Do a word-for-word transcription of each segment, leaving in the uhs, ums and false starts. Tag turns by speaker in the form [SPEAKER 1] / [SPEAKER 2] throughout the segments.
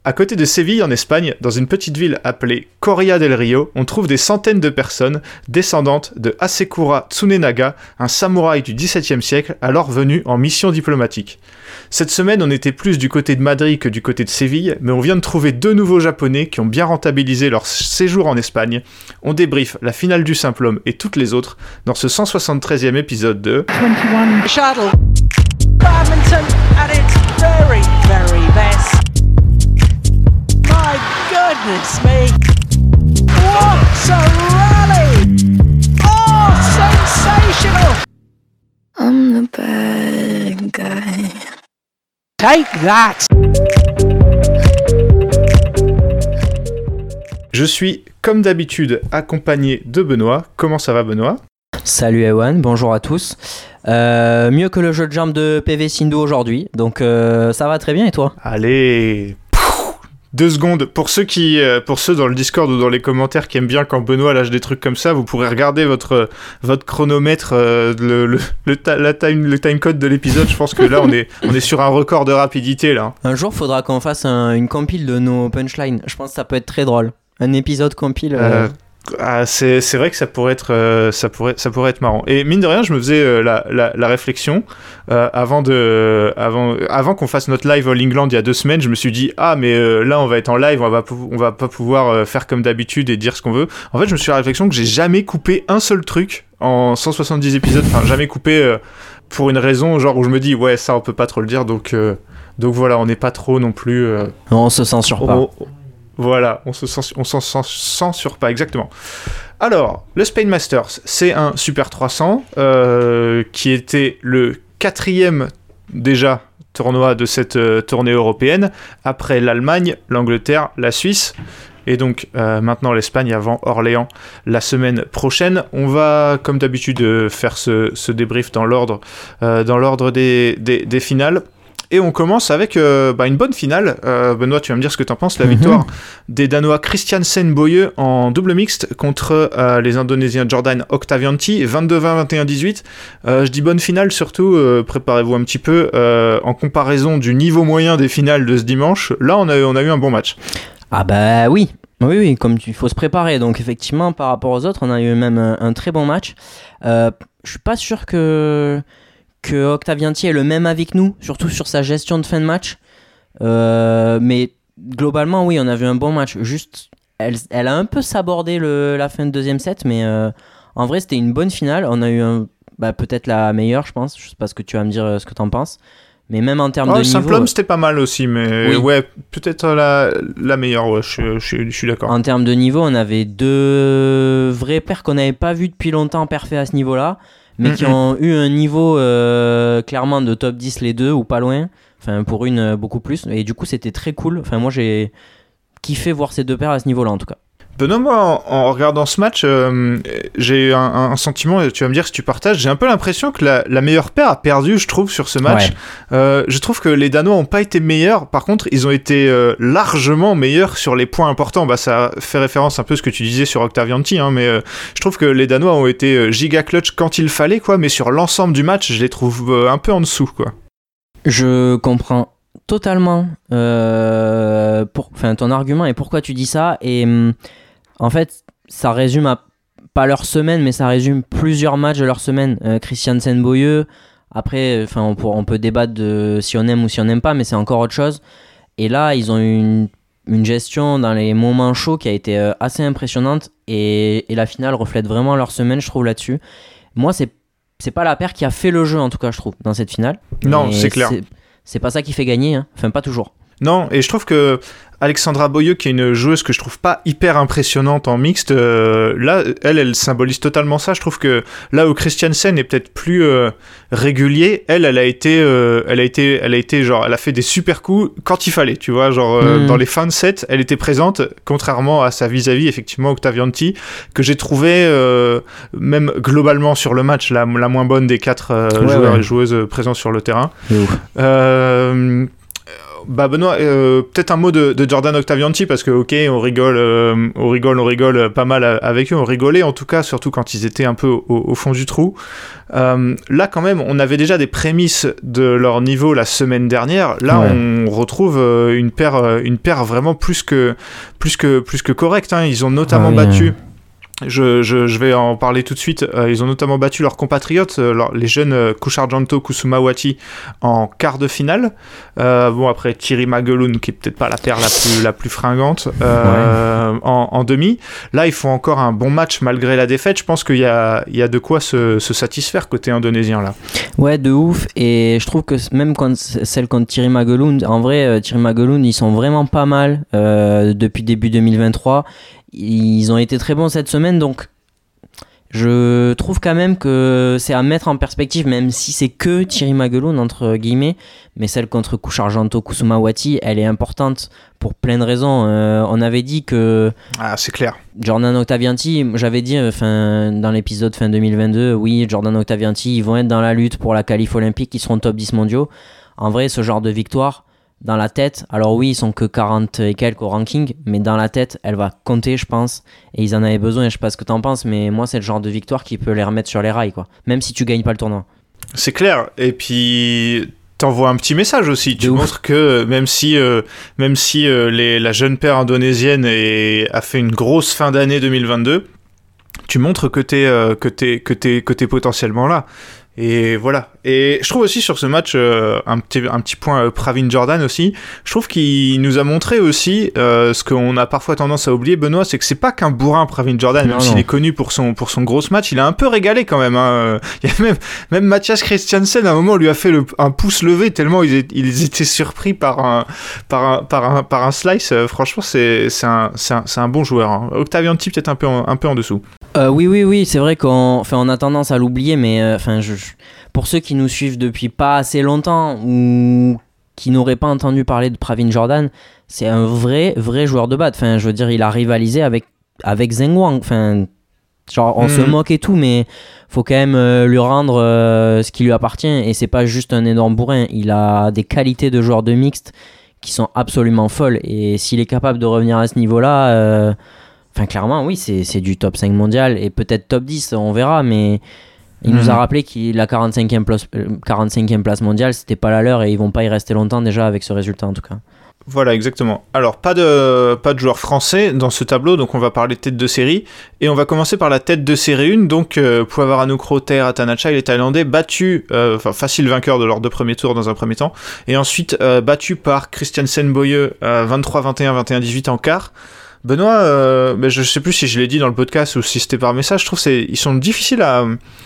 [SPEAKER 1] À côté de Séville, en Espagne, dans une petite ville appelée Coria del Rio, on trouve des centaines de personnes descendantes de Hasekura Tsunenaga, un samouraï du dix-septième siècle, alors venu en mission diplomatique. Cette semaine, on était plus du côté de Madrid que du côté de Séville, mais on vient de trouver deux nouveaux Japonais qui ont bien rentabilisé leur séjour en Espagne. On débriefe la finale du simple homme et toutes les autres dans ce cent soixante-treizième épisode de
[SPEAKER 2] vingt et un Shuttle. Badminton at its very, very best. My goodness me! What a rally! Oh, sensational!
[SPEAKER 3] I'm the bad guy.
[SPEAKER 2] Take that!
[SPEAKER 1] Je suis, comme d'habitude, accompagné de Benoît. Comment ça va, Benoît ?
[SPEAKER 4] Salut Ewan, bonjour à tous. Euh, mieux que le jeu de jambes de P V Sindhu aujourd'hui, donc euh, ça va très bien et toi ?
[SPEAKER 1] Allez, deux secondes. Pour ceux qui, euh, pour ceux dans le Discord ou dans les commentaires qui aiment bien quand Benoît lâche des trucs comme ça, vous pourrez regarder votre votre chronomètre, euh, le le le, ta, la time le timecode de l'épisode. Je pense que là on est on est sur un record de rapidité là.
[SPEAKER 4] Un jour, faudra qu'on fasse un, une compile de nos punchlines. Je pense que ça peut être très drôle. Un épisode compile. Euh...
[SPEAKER 1] Euh... Ah, c'est, c'est vrai que ça pourrait être euh, ça pourrait ça pourrait être marrant. Et mine de rien, je me faisais euh, la, la la réflexion euh, avant de avant avant qu'on fasse notre live All England il y a deux semaines. Je me suis dit ah mais euh, là on va être en live, on va on va pas pouvoir euh, faire comme d'habitude et dire ce qu'on veut. En fait, je me suis fait la réflexion que j'ai jamais coupé un seul truc en cent soixante-dix épisodes. Enfin, jamais coupé euh, pour une raison genre où je me dis ouais ça on peut pas trop le dire donc euh, donc voilà on n'est pas trop non plus. Euh,
[SPEAKER 4] non, on se censure pas.
[SPEAKER 1] On, Voilà, on se sens, on s'en censure pas exactement. Alors, le Spain Masters, c'est un Super trois cents euh, qui était le quatrième déjà tournoi de cette euh, tournée européenne, après l'Allemagne, l'Angleterre, la Suisse, et donc euh, maintenant l'Espagne avant Orléans la semaine prochaine. On va, comme d'habitude, euh, faire ce, ce débrief dans l'ordre, euh, dans l'ordre des, des, des finales. Et on commence avec euh, bah, une bonne finale. Euh, Benoît, tu vas me dire ce que tu en penses. La mm-hmm. victoire des Danois Christiansen Boye en double mixte contre euh, les Indonésiens Jordan Octavianti, vingt-deux vingt, vingt et un dix-huit. Euh, je dis bonne finale surtout, euh, préparez-vous un petit peu, euh, en comparaison du niveau moyen des finales de ce dimanche. Là, on a, on a eu un bon match.
[SPEAKER 4] Ah bah oui, oui, oui, comme il faut se préparer. Donc effectivement, par rapport aux autres, on a eu même un, un très bon match. Euh, je suis pas sûr que... que Octavianti est le même avis que nous, surtout sur sa gestion de fin de match. Euh, mais globalement, oui, on a vu un bon match. Juste, elle, elle a un peu sabordé le, la fin de deuxième set, mais euh, en vrai, c'était une bonne finale. On a eu un, bah, peut-être la meilleure, je pense. Je sais pas ce que tu vas me dire, ce que t'en penses. Mais même en termes oh, de niveau...
[SPEAKER 1] Simple homme, c'était pas mal aussi, mais oui. ouais, peut-être la, la meilleure, ouais, je, je, je suis d'accord.
[SPEAKER 4] En termes de niveau, on avait deux vrais pairs qu'on n'avait pas vus depuis longtemps parfaits à ce niveau-là, mais mm-hmm. qui ont eu un niveau euh, clairement de top dix les deux ou pas loin, enfin pour une euh, beaucoup plus, et du coup c'était très cool. Enfin moi j'ai kiffé voir ces deux paires à ce niveau là en tout cas.
[SPEAKER 1] Benoît, moi en, en regardant ce match, euh, j'ai eu un, un sentiment, et tu vas me dire si tu partages, j'ai un peu l'impression que la, la meilleure paire a perdu, je trouve, sur ce match. Ouais. Euh, je trouve que les Danois n'ont pas été meilleurs, par contre ils ont été euh, largement meilleurs sur les points importants. Bah, ça fait référence un peu à ce que tu disais sur Octavianti, hein, mais euh, je trouve que les Danois ont été giga clutch quand il fallait, quoi, mais sur l'ensemble du match, je les trouve euh, un peu en dessous, quoi.
[SPEAKER 4] Je comprends totalement euh, pour, ton argument et pourquoi tu dis ça, et hum, en fait ça résume à, pas leur semaine, mais ça résume plusieurs matchs de leur semaine. euh, Christiansen Boye, après on, on peut débattre de si on aime ou si on n'aime pas, mais c'est encore autre chose. Et là ils ont eu une, une gestion dans les moments chauds qui a été euh, assez impressionnante, et, et la finale reflète vraiment leur semaine, je trouve, là-dessus. Moi c'est, c'est pas la paire qui a fait le jeu, en tout cas je trouve, dans cette finale.
[SPEAKER 1] Non, c'est clair,
[SPEAKER 4] c'est, c'est pas ça qui fait gagner, hein. Enfin pas toujours.
[SPEAKER 1] Non, et je trouve que Alexandra Boye, qui est une joueuse que je trouve pas hyper impressionnante en mixte, euh, là, elle, elle symbolise totalement ça. Je trouve que là où Christiansen est peut-être plus euh, régulier, elle, elle a été, euh, elle a été, elle a été genre, elle a fait des super coups quand il fallait, tu vois, genre euh, mmh. dans les fins de set, elle était présente, contrairement à sa vis-à-vis, effectivement, Octavianti, que j'ai trouvé euh, même globalement sur le match la, la moins bonne des quatre euh, ouais, joueurs ouais. et joueuses présents sur le terrain. Mmh. Euh, bah Benoît, euh, peut-être un mot de, de Jordan Octavianti, parce que ok, on rigole, euh, on rigole, on rigole pas mal avec eux, on rigolait en tout cas, surtout quand ils étaient un peu au, au fond du trou. Euh, là quand même, on avait déjà des prémices de leur niveau la semaine dernière. Là, ouais. on retrouve euh, une paire, une paire vraiment plus que, plus que, plus que correcte. Hein. Ils ont notamment ah, oui, battu. Ouais. Je, je, je vais en parler tout de suite. Euh, ils ont notamment battu leurs compatriotes, euh, leur, les jeunes euh, Kusharjanto Kusumawati en quart de finale. Euh, bon, après Thierry Magueloun, qui est peut-être pas la paire la plus, la plus fringante, euh, ouais. en, en demi. Là, ils font encore un bon match malgré la défaite. Je pense qu'il y a, il y a de quoi se, se satisfaire côté indonésien là.
[SPEAKER 4] Ouais, de ouf. Et je trouve que même quand celle contre Thierry Magueloun, en vrai, euh, Thierry Magueloun, ils sont vraiment pas mal euh, depuis début deux mille vingt-trois. Ils ont été très bons cette semaine, donc je trouve quand même que c'est à mettre en perspective, même si c'est que Thierry Magueloun entre guillemets, mais celle contre Kusharjanto Kusumawati, elle est importante pour plein de raisons. Euh, on avait dit que
[SPEAKER 1] ah, c'est clair.
[SPEAKER 4] Jordan Octavianti, j'avais dit fin, dans l'épisode fin deux mille vingt-deux, oui, Jordan Octavianti, ils vont être dans la lutte pour la qualif olympique, ils seront top dix mondiaux. En vrai, ce genre de victoire, dans la tête, alors oui, ils sont que quarante et quelques au ranking, mais dans la tête, elle va compter, je pense, et ils en avaient besoin. Je sais pas ce que t'en penses, mais moi, c'est le genre de victoire qui peut les remettre sur les rails, quoi. Même si tu gagnes pas le tournoi.
[SPEAKER 1] C'est clair, et puis t'envoies un petit message aussi. Tu
[SPEAKER 4] ouf.
[SPEAKER 1] montres que même si, euh, même si euh, les, la jeune paire indonésienne est, a fait une grosse fin d'année deux mille vingt-deux, tu montres que t'es, euh, que t'es, que t'es, que t'es potentiellement là. Et voilà. Et je trouve aussi sur ce match euh, un petit un petit point euh, Pravin Jordan aussi. Je trouve qu'il nous a montré aussi euh, ce qu'on a parfois tendance à oublier, Benoît, c'est que c'est pas qu'un bourrin Pravin Jordan, non, même non. s'il est connu pour son pour son gros match, il a un peu régalé quand même. Hein. Il y a même même Mathias Christiansen à un moment lui a fait le, un pouce levé tellement ils, ils étaient surpris par un par un par un par un slice. Euh, franchement, c'est c'est un c'est un c'est un bon joueur. Hein. Octavianti peut-être un peu en, un peu en dessous.
[SPEAKER 4] Euh, oui oui oui, c'est vrai qu'on enfin on a tendance à l'oublier, mais enfin euh, je pour ceux qui nous suivent depuis pas assez longtemps ou qui n'auraient pas entendu parler de Pravin Jordan, c'est un vrai, vrai joueur de batte. Enfin, je veux dire, il a rivalisé avec, avec Zheng Wang. Enfin, genre, on mmh. se moque et tout, mais faut quand même euh, lui rendre euh, ce qui lui appartient. Et c'est pas juste un énorme bourrin. Il a des qualités de joueur de mixte qui sont absolument folles. Et s'il est capable de revenir à ce niveau-là, euh, enfin, clairement, oui, c'est, c'est du top cinq mondial et peut-être top dix, on verra, mais. Il mmh. nous a rappelé que la quarante-cinquième place, quarante-cinquième place mondiale, c'était pas la leur et ils vont pas y rester longtemps déjà avec ce résultat en tout cas.
[SPEAKER 1] Voilà, exactement. Alors, pas de, pas de joueurs français dans ce tableau, donc on va parler tête de série. Et on va commencer par la tête de série un, donc euh, Puavaranukroh Theeratanacha, les Thaïlandais, battus, euh, enfin facile vainqueur de leurs deux premiers tours dans un premier temps, et ensuite euh, battus par Christiansen Boye, euh, vingt-trois vingt et un, vingt et un dix-huit en quart. Benoît, euh, ben je sais plus si je l'ai dit dans le podcast ou si c'était par message, je trouve qu'ils sont difficiles à...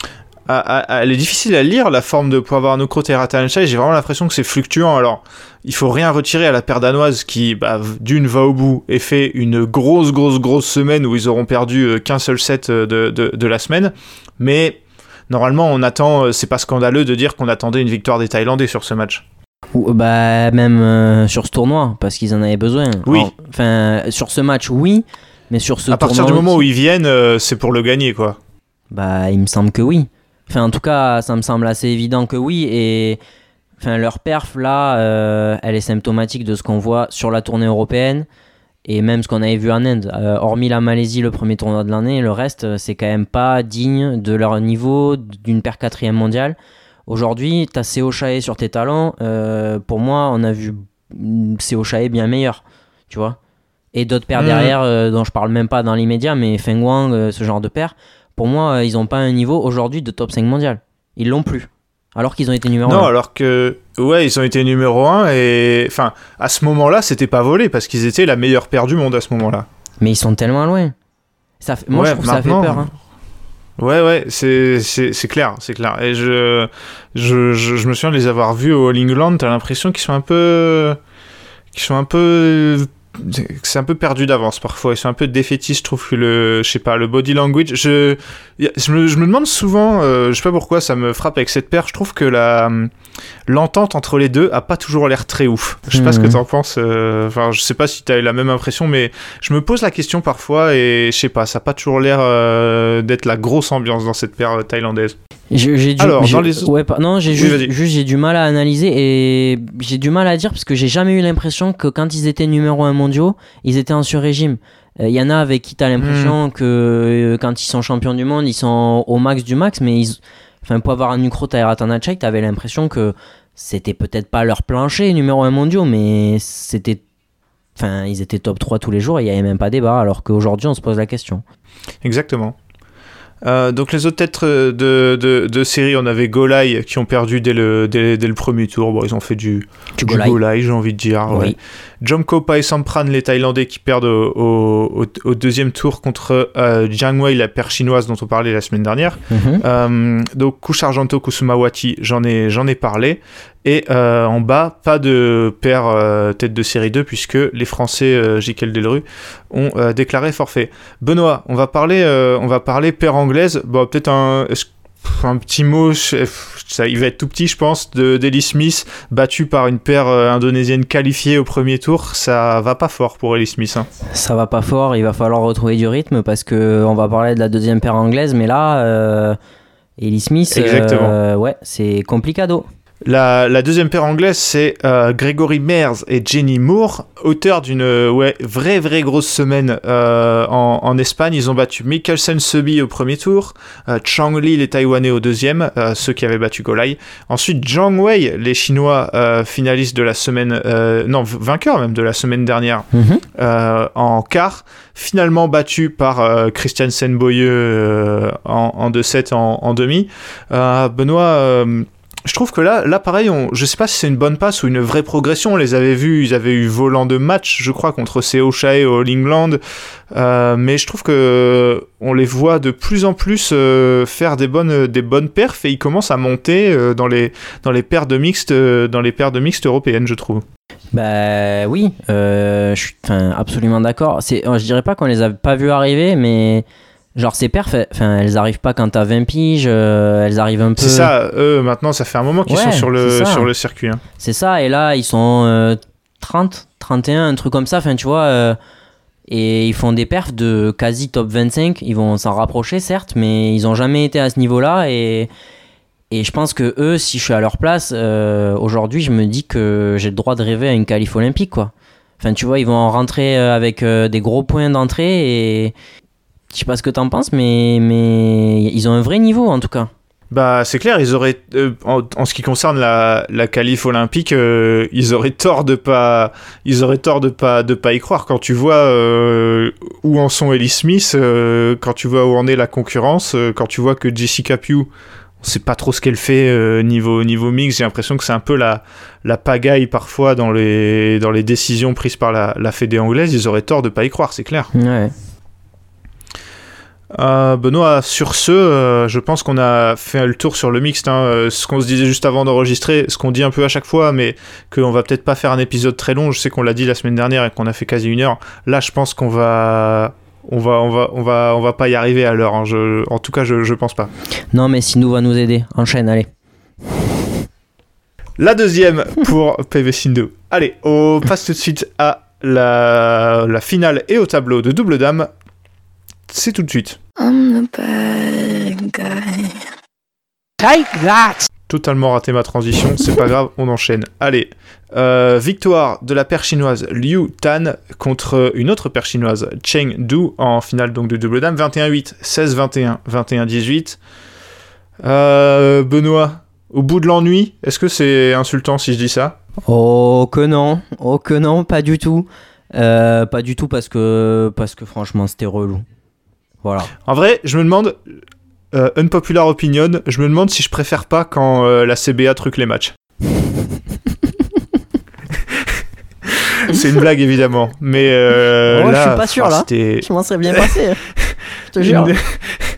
[SPEAKER 1] À, à, à, elle est difficile à lire, la forme de Puavaranukroh Theeratanacha, et j'ai vraiment l'impression que c'est fluctuant. Alors, il faut rien retirer à la paire danoise qui, bah, d'une, va au bout et fait une grosse, grosse, grosse semaine où ils auront perdu qu'un seul set de, de, de la semaine. Mais, normalement, on attend, c'est pas scandaleux de dire qu'on attendait une victoire des Thaïlandais sur ce match.
[SPEAKER 4] Ou, bah, même euh, sur ce tournoi, parce qu'ils en avaient besoin.
[SPEAKER 1] Oui.
[SPEAKER 4] Enfin, sur ce match, oui, mais sur ce
[SPEAKER 1] à
[SPEAKER 4] tournoi.
[SPEAKER 1] À partir du moment
[SPEAKER 4] aussi,
[SPEAKER 1] où ils viennent, euh, c'est pour le gagner, quoi.
[SPEAKER 4] Bah, il me semble que oui. Enfin, en tout cas, ça me semble assez évident que oui. Et enfin, leur perf, là, euh, elle est symptomatique de ce qu'on voit sur la tournée européenne et même ce qu'on avait vu en Inde. Euh, hormis la Malaisie, le premier tournoi de l'année, le reste, c'est quand même pas digne de leur niveau d'une paire quatrième mondiale. Aujourd'hui, t'as Seo Chae sur tes talons. Euh, pour moi, on a vu Seo Chae bien meilleur, tu vois. Et d'autres paires mmh. derrière, euh, dont je parle même pas dans l'immédiat, mais Feng Wang, euh, ce genre de paires. Pour moi, ils n'ont pas un niveau aujourd'hui de top cinq mondial. Ils l'ont plus. Alors qu'ils ont été numéro un.
[SPEAKER 1] Non, alors que... Ouais, ils ont été numéro un et... Enfin, à ce moment-là, c'était pas volé parce qu'ils étaient la meilleure paire du monde à ce moment-là.
[SPEAKER 4] Mais ils sont tellement loin. Ça fait... Moi, ouais, je trouve que ça fait peur. Hein.
[SPEAKER 1] Ouais, ouais, c'est, c'est, c'est clair, c'est clair. Et je, je, je, je me souviens de les avoir vus au All England, t'as l'impression qu'ils sont un peu... qu'ils sont un peu... c'est un peu perdu d'avance parfois, ils sont un peu défaitistes. Je trouve que le, je sais pas, le body language, je, je, me, je me demande souvent, euh, je sais pas pourquoi ça me frappe avec cette paire, je trouve que la, l'entente entre les deux a pas toujours l'air très ouf. Je sais mmh. pas ce que t'en penses, euh, enfin je sais pas si t'as eu la même impression, mais je me pose la question parfois et je sais pas, ça a pas toujours l'air euh, d'être la grosse ambiance dans cette paire thaïlandaise.
[SPEAKER 4] Je- j'ai du,
[SPEAKER 1] Alors,
[SPEAKER 4] j'ai-
[SPEAKER 1] dans les autres-
[SPEAKER 4] ouais, pas- non, j'ai
[SPEAKER 1] Oui,
[SPEAKER 4] juste,
[SPEAKER 1] vas-y.
[SPEAKER 4] juste j'ai du mal à analyser et j'ai du mal à dire parce que j'ai jamais eu l'impression que quand ils étaient numéro un mondiaux, ils étaient en sur-régime. Il y en a avec qui t'as l'impression que euh, quand ils sont champions du monde, ils sont au max du max, mais ils, enfin, pour avoir un Nukro Tairatanachek, t'avais l'impression que c'était peut-être pas leur plancher numéro un mondiaux, mais c'était, enfin, ils étaient top trois tous les jours et il y avait même pas débat, alors qu'aujourd'hui on se pose la question.
[SPEAKER 1] Exactement. Euh, donc les autres têtes de, de, de série, on avait Golai qui ont perdu dès le, dès, dès le premier tour. Bon, ils ont fait du,
[SPEAKER 4] Du
[SPEAKER 1] du
[SPEAKER 4] Golai.
[SPEAKER 1] Golai, j'ai envie de dire.
[SPEAKER 4] Oui.
[SPEAKER 1] Ouais. Jomkopa et Sampran, les Thaïlandais, qui perdent au, au, au, au deuxième tour contre euh, Jiang Wei, la paire chinoise dont on parlait la semaine dernière.
[SPEAKER 4] Mhm.
[SPEAKER 1] Euh, donc Kush Argento, Kusumawati, j'en ai, j'en ai parlé. Et euh, en bas, pas de paire euh, tête de série deux, puisque les Français, euh, Jikel Delru, ont euh, déclaré forfait. Benoît, on va parler, euh, on va parler paire anglaise. Bon, peut-être un, est-ce- pff, un petit mot, je- ça, il va être tout petit, je pense, de d'Ellie Smith, battue par une paire euh, indonésienne qualifiée au premier tour. Ça va pas fort pour Ellie Smith. Hein.
[SPEAKER 4] Ça va pas fort, il va falloir retrouver du rythme parce que on va parler de la deuxième paire anglaise, mais là, euh, Ellie Smith,
[SPEAKER 1] Exactement.
[SPEAKER 4] euh, ouais, c'est complicado.
[SPEAKER 1] La, la deuxième paire anglaise, c'est euh, Gregory Mears et Jenny Moore, auteurs d'une euh, ouais, vraie, vraie grosse semaine euh, en, en Espagne. Ils ont battu Mikkelsen Sebi au premier tour, euh, Chang Li, les Taïwanais, au deuxième, euh, ceux qui avaient battu Golai. Ensuite, Jiang Wei, les Chinois euh, finalistes de la semaine, euh, non, vainqueurs même de la semaine dernière,
[SPEAKER 4] Mhm.
[SPEAKER 1] euh, en quart, finalement battu par euh, Christiansen Boyeux euh, en, en deux sept en, en demi. Euh, Benoît, euh, je trouve que là, là pareil, on, je sais pas si c'est une bonne passe ou une vraie progression. On les avait vus, ils avaient eu volant de match, je crois, contre Seo Chae au All England. Euh, mais je trouve que on les voit de plus en plus euh, faire des bonnes, des bonnes perfs et ils commencent à monter euh, dans les, dans les paires de mixtes, euh, dans les paires de mixtes européennes, je trouve.
[SPEAKER 4] Bah oui, euh, je suis 'fin, absolument d'accord. C'est, je dirais pas qu'on les a pas vus arriver, mais genre ces perfs, enfin, elles arrivent pas quand t'as vingt piges, euh, elles arrivent un peu.
[SPEAKER 1] C'est ça, eux, maintenant, ça fait un moment qu'ils
[SPEAKER 4] Ouais,
[SPEAKER 1] sont sur le,
[SPEAKER 4] c'est ça.
[SPEAKER 1] sur le circuit. Hein.
[SPEAKER 4] C'est ça, et là ils sont euh, trente, trente et un, un truc comme ça, enfin tu vois, euh, et ils font des perfs de quasi top vingt-cinq, ils vont s'en rapprocher certes, mais ils ont jamais été à ce niveau-là, et, et je pense que eux, si je suis à leur place, euh, aujourd'hui je me dis que j'ai le droit de rêver à une qualif olympique, quoi. Enfin tu vois, ils vont rentrer euh, avec euh, des gros points d'entrée, et je sais pas ce que t'en penses, mais, mais ils ont un vrai niveau en tout cas.
[SPEAKER 1] Bah, c'est clair, ils auraient, euh, en, en ce qui concerne la, la qualif olympique, euh, ils auraient tort de pas, ils auraient tort de pas, de pas y croire. Quand tu vois euh, où en sont Ellie Smith, euh, quand tu vois où en est la concurrence, euh, quand tu vois que Jessica Pugh, on sait pas trop ce qu'elle fait euh, niveau niveau mix. J'ai l'impression que c'est un peu la la pagaille parfois dans les dans les décisions prises par la la fédé anglaise. Ils auraient tort de pas y croire, c'est clair.
[SPEAKER 4] Ouais.
[SPEAKER 1] Euh, Benoît, sur ce, euh, je pense qu'on a fait le tour sur le mixte. Hein. Euh, ce qu'on se disait juste avant d'enregistrer, ce qu'on dit un peu à chaque fois, mais qu'on va peut-être pas faire un épisode très long. Je sais qu'on l'a dit la semaine dernière et qu'on a fait quasi une heure. Là, je pense qu'on va, on va, on va, on va, on va pas y arriver à l'heure. Hein. Je... En tout cas, je, je pense pas.
[SPEAKER 4] Non, mais Sinou va nous aider. Enchaîne, allez.
[SPEAKER 1] La deuxième pour P V Sindhu. Allez, on passe tout de suite à la, la finale et au tableau de double dame. C'est tout de suite.
[SPEAKER 3] I'm the bad guy.
[SPEAKER 2] Take that!
[SPEAKER 1] Totalement raté ma transition, c'est pas grave, on enchaîne. Allez, euh, victoire de la paire chinoise Liu Tan contre une autre paire chinoise Cheng Du en finale donc de double dame, vingt et un huit, seize vingt et un, vingt et un dix-huit. Euh, Benoît, au bout de l'ennui, est-ce que c'est insultant si je dis ça ?
[SPEAKER 4] Oh que non, oh que non, pas du tout. Euh, pas du tout parce que, parce que franchement c'était relou. Voilà.
[SPEAKER 1] En vrai, je me demande, euh, unpopular opinion, je me demande si je préfère pas quand euh, la C B A truque les matchs. C'est une blague évidemment, mais euh,
[SPEAKER 4] Oh, je
[SPEAKER 1] là,
[SPEAKER 4] suis pas sûr,
[SPEAKER 1] enfin,
[SPEAKER 4] là.
[SPEAKER 1] c'était...
[SPEAKER 4] Je m'en serais bien passé. Je te jure.
[SPEAKER 1] Une-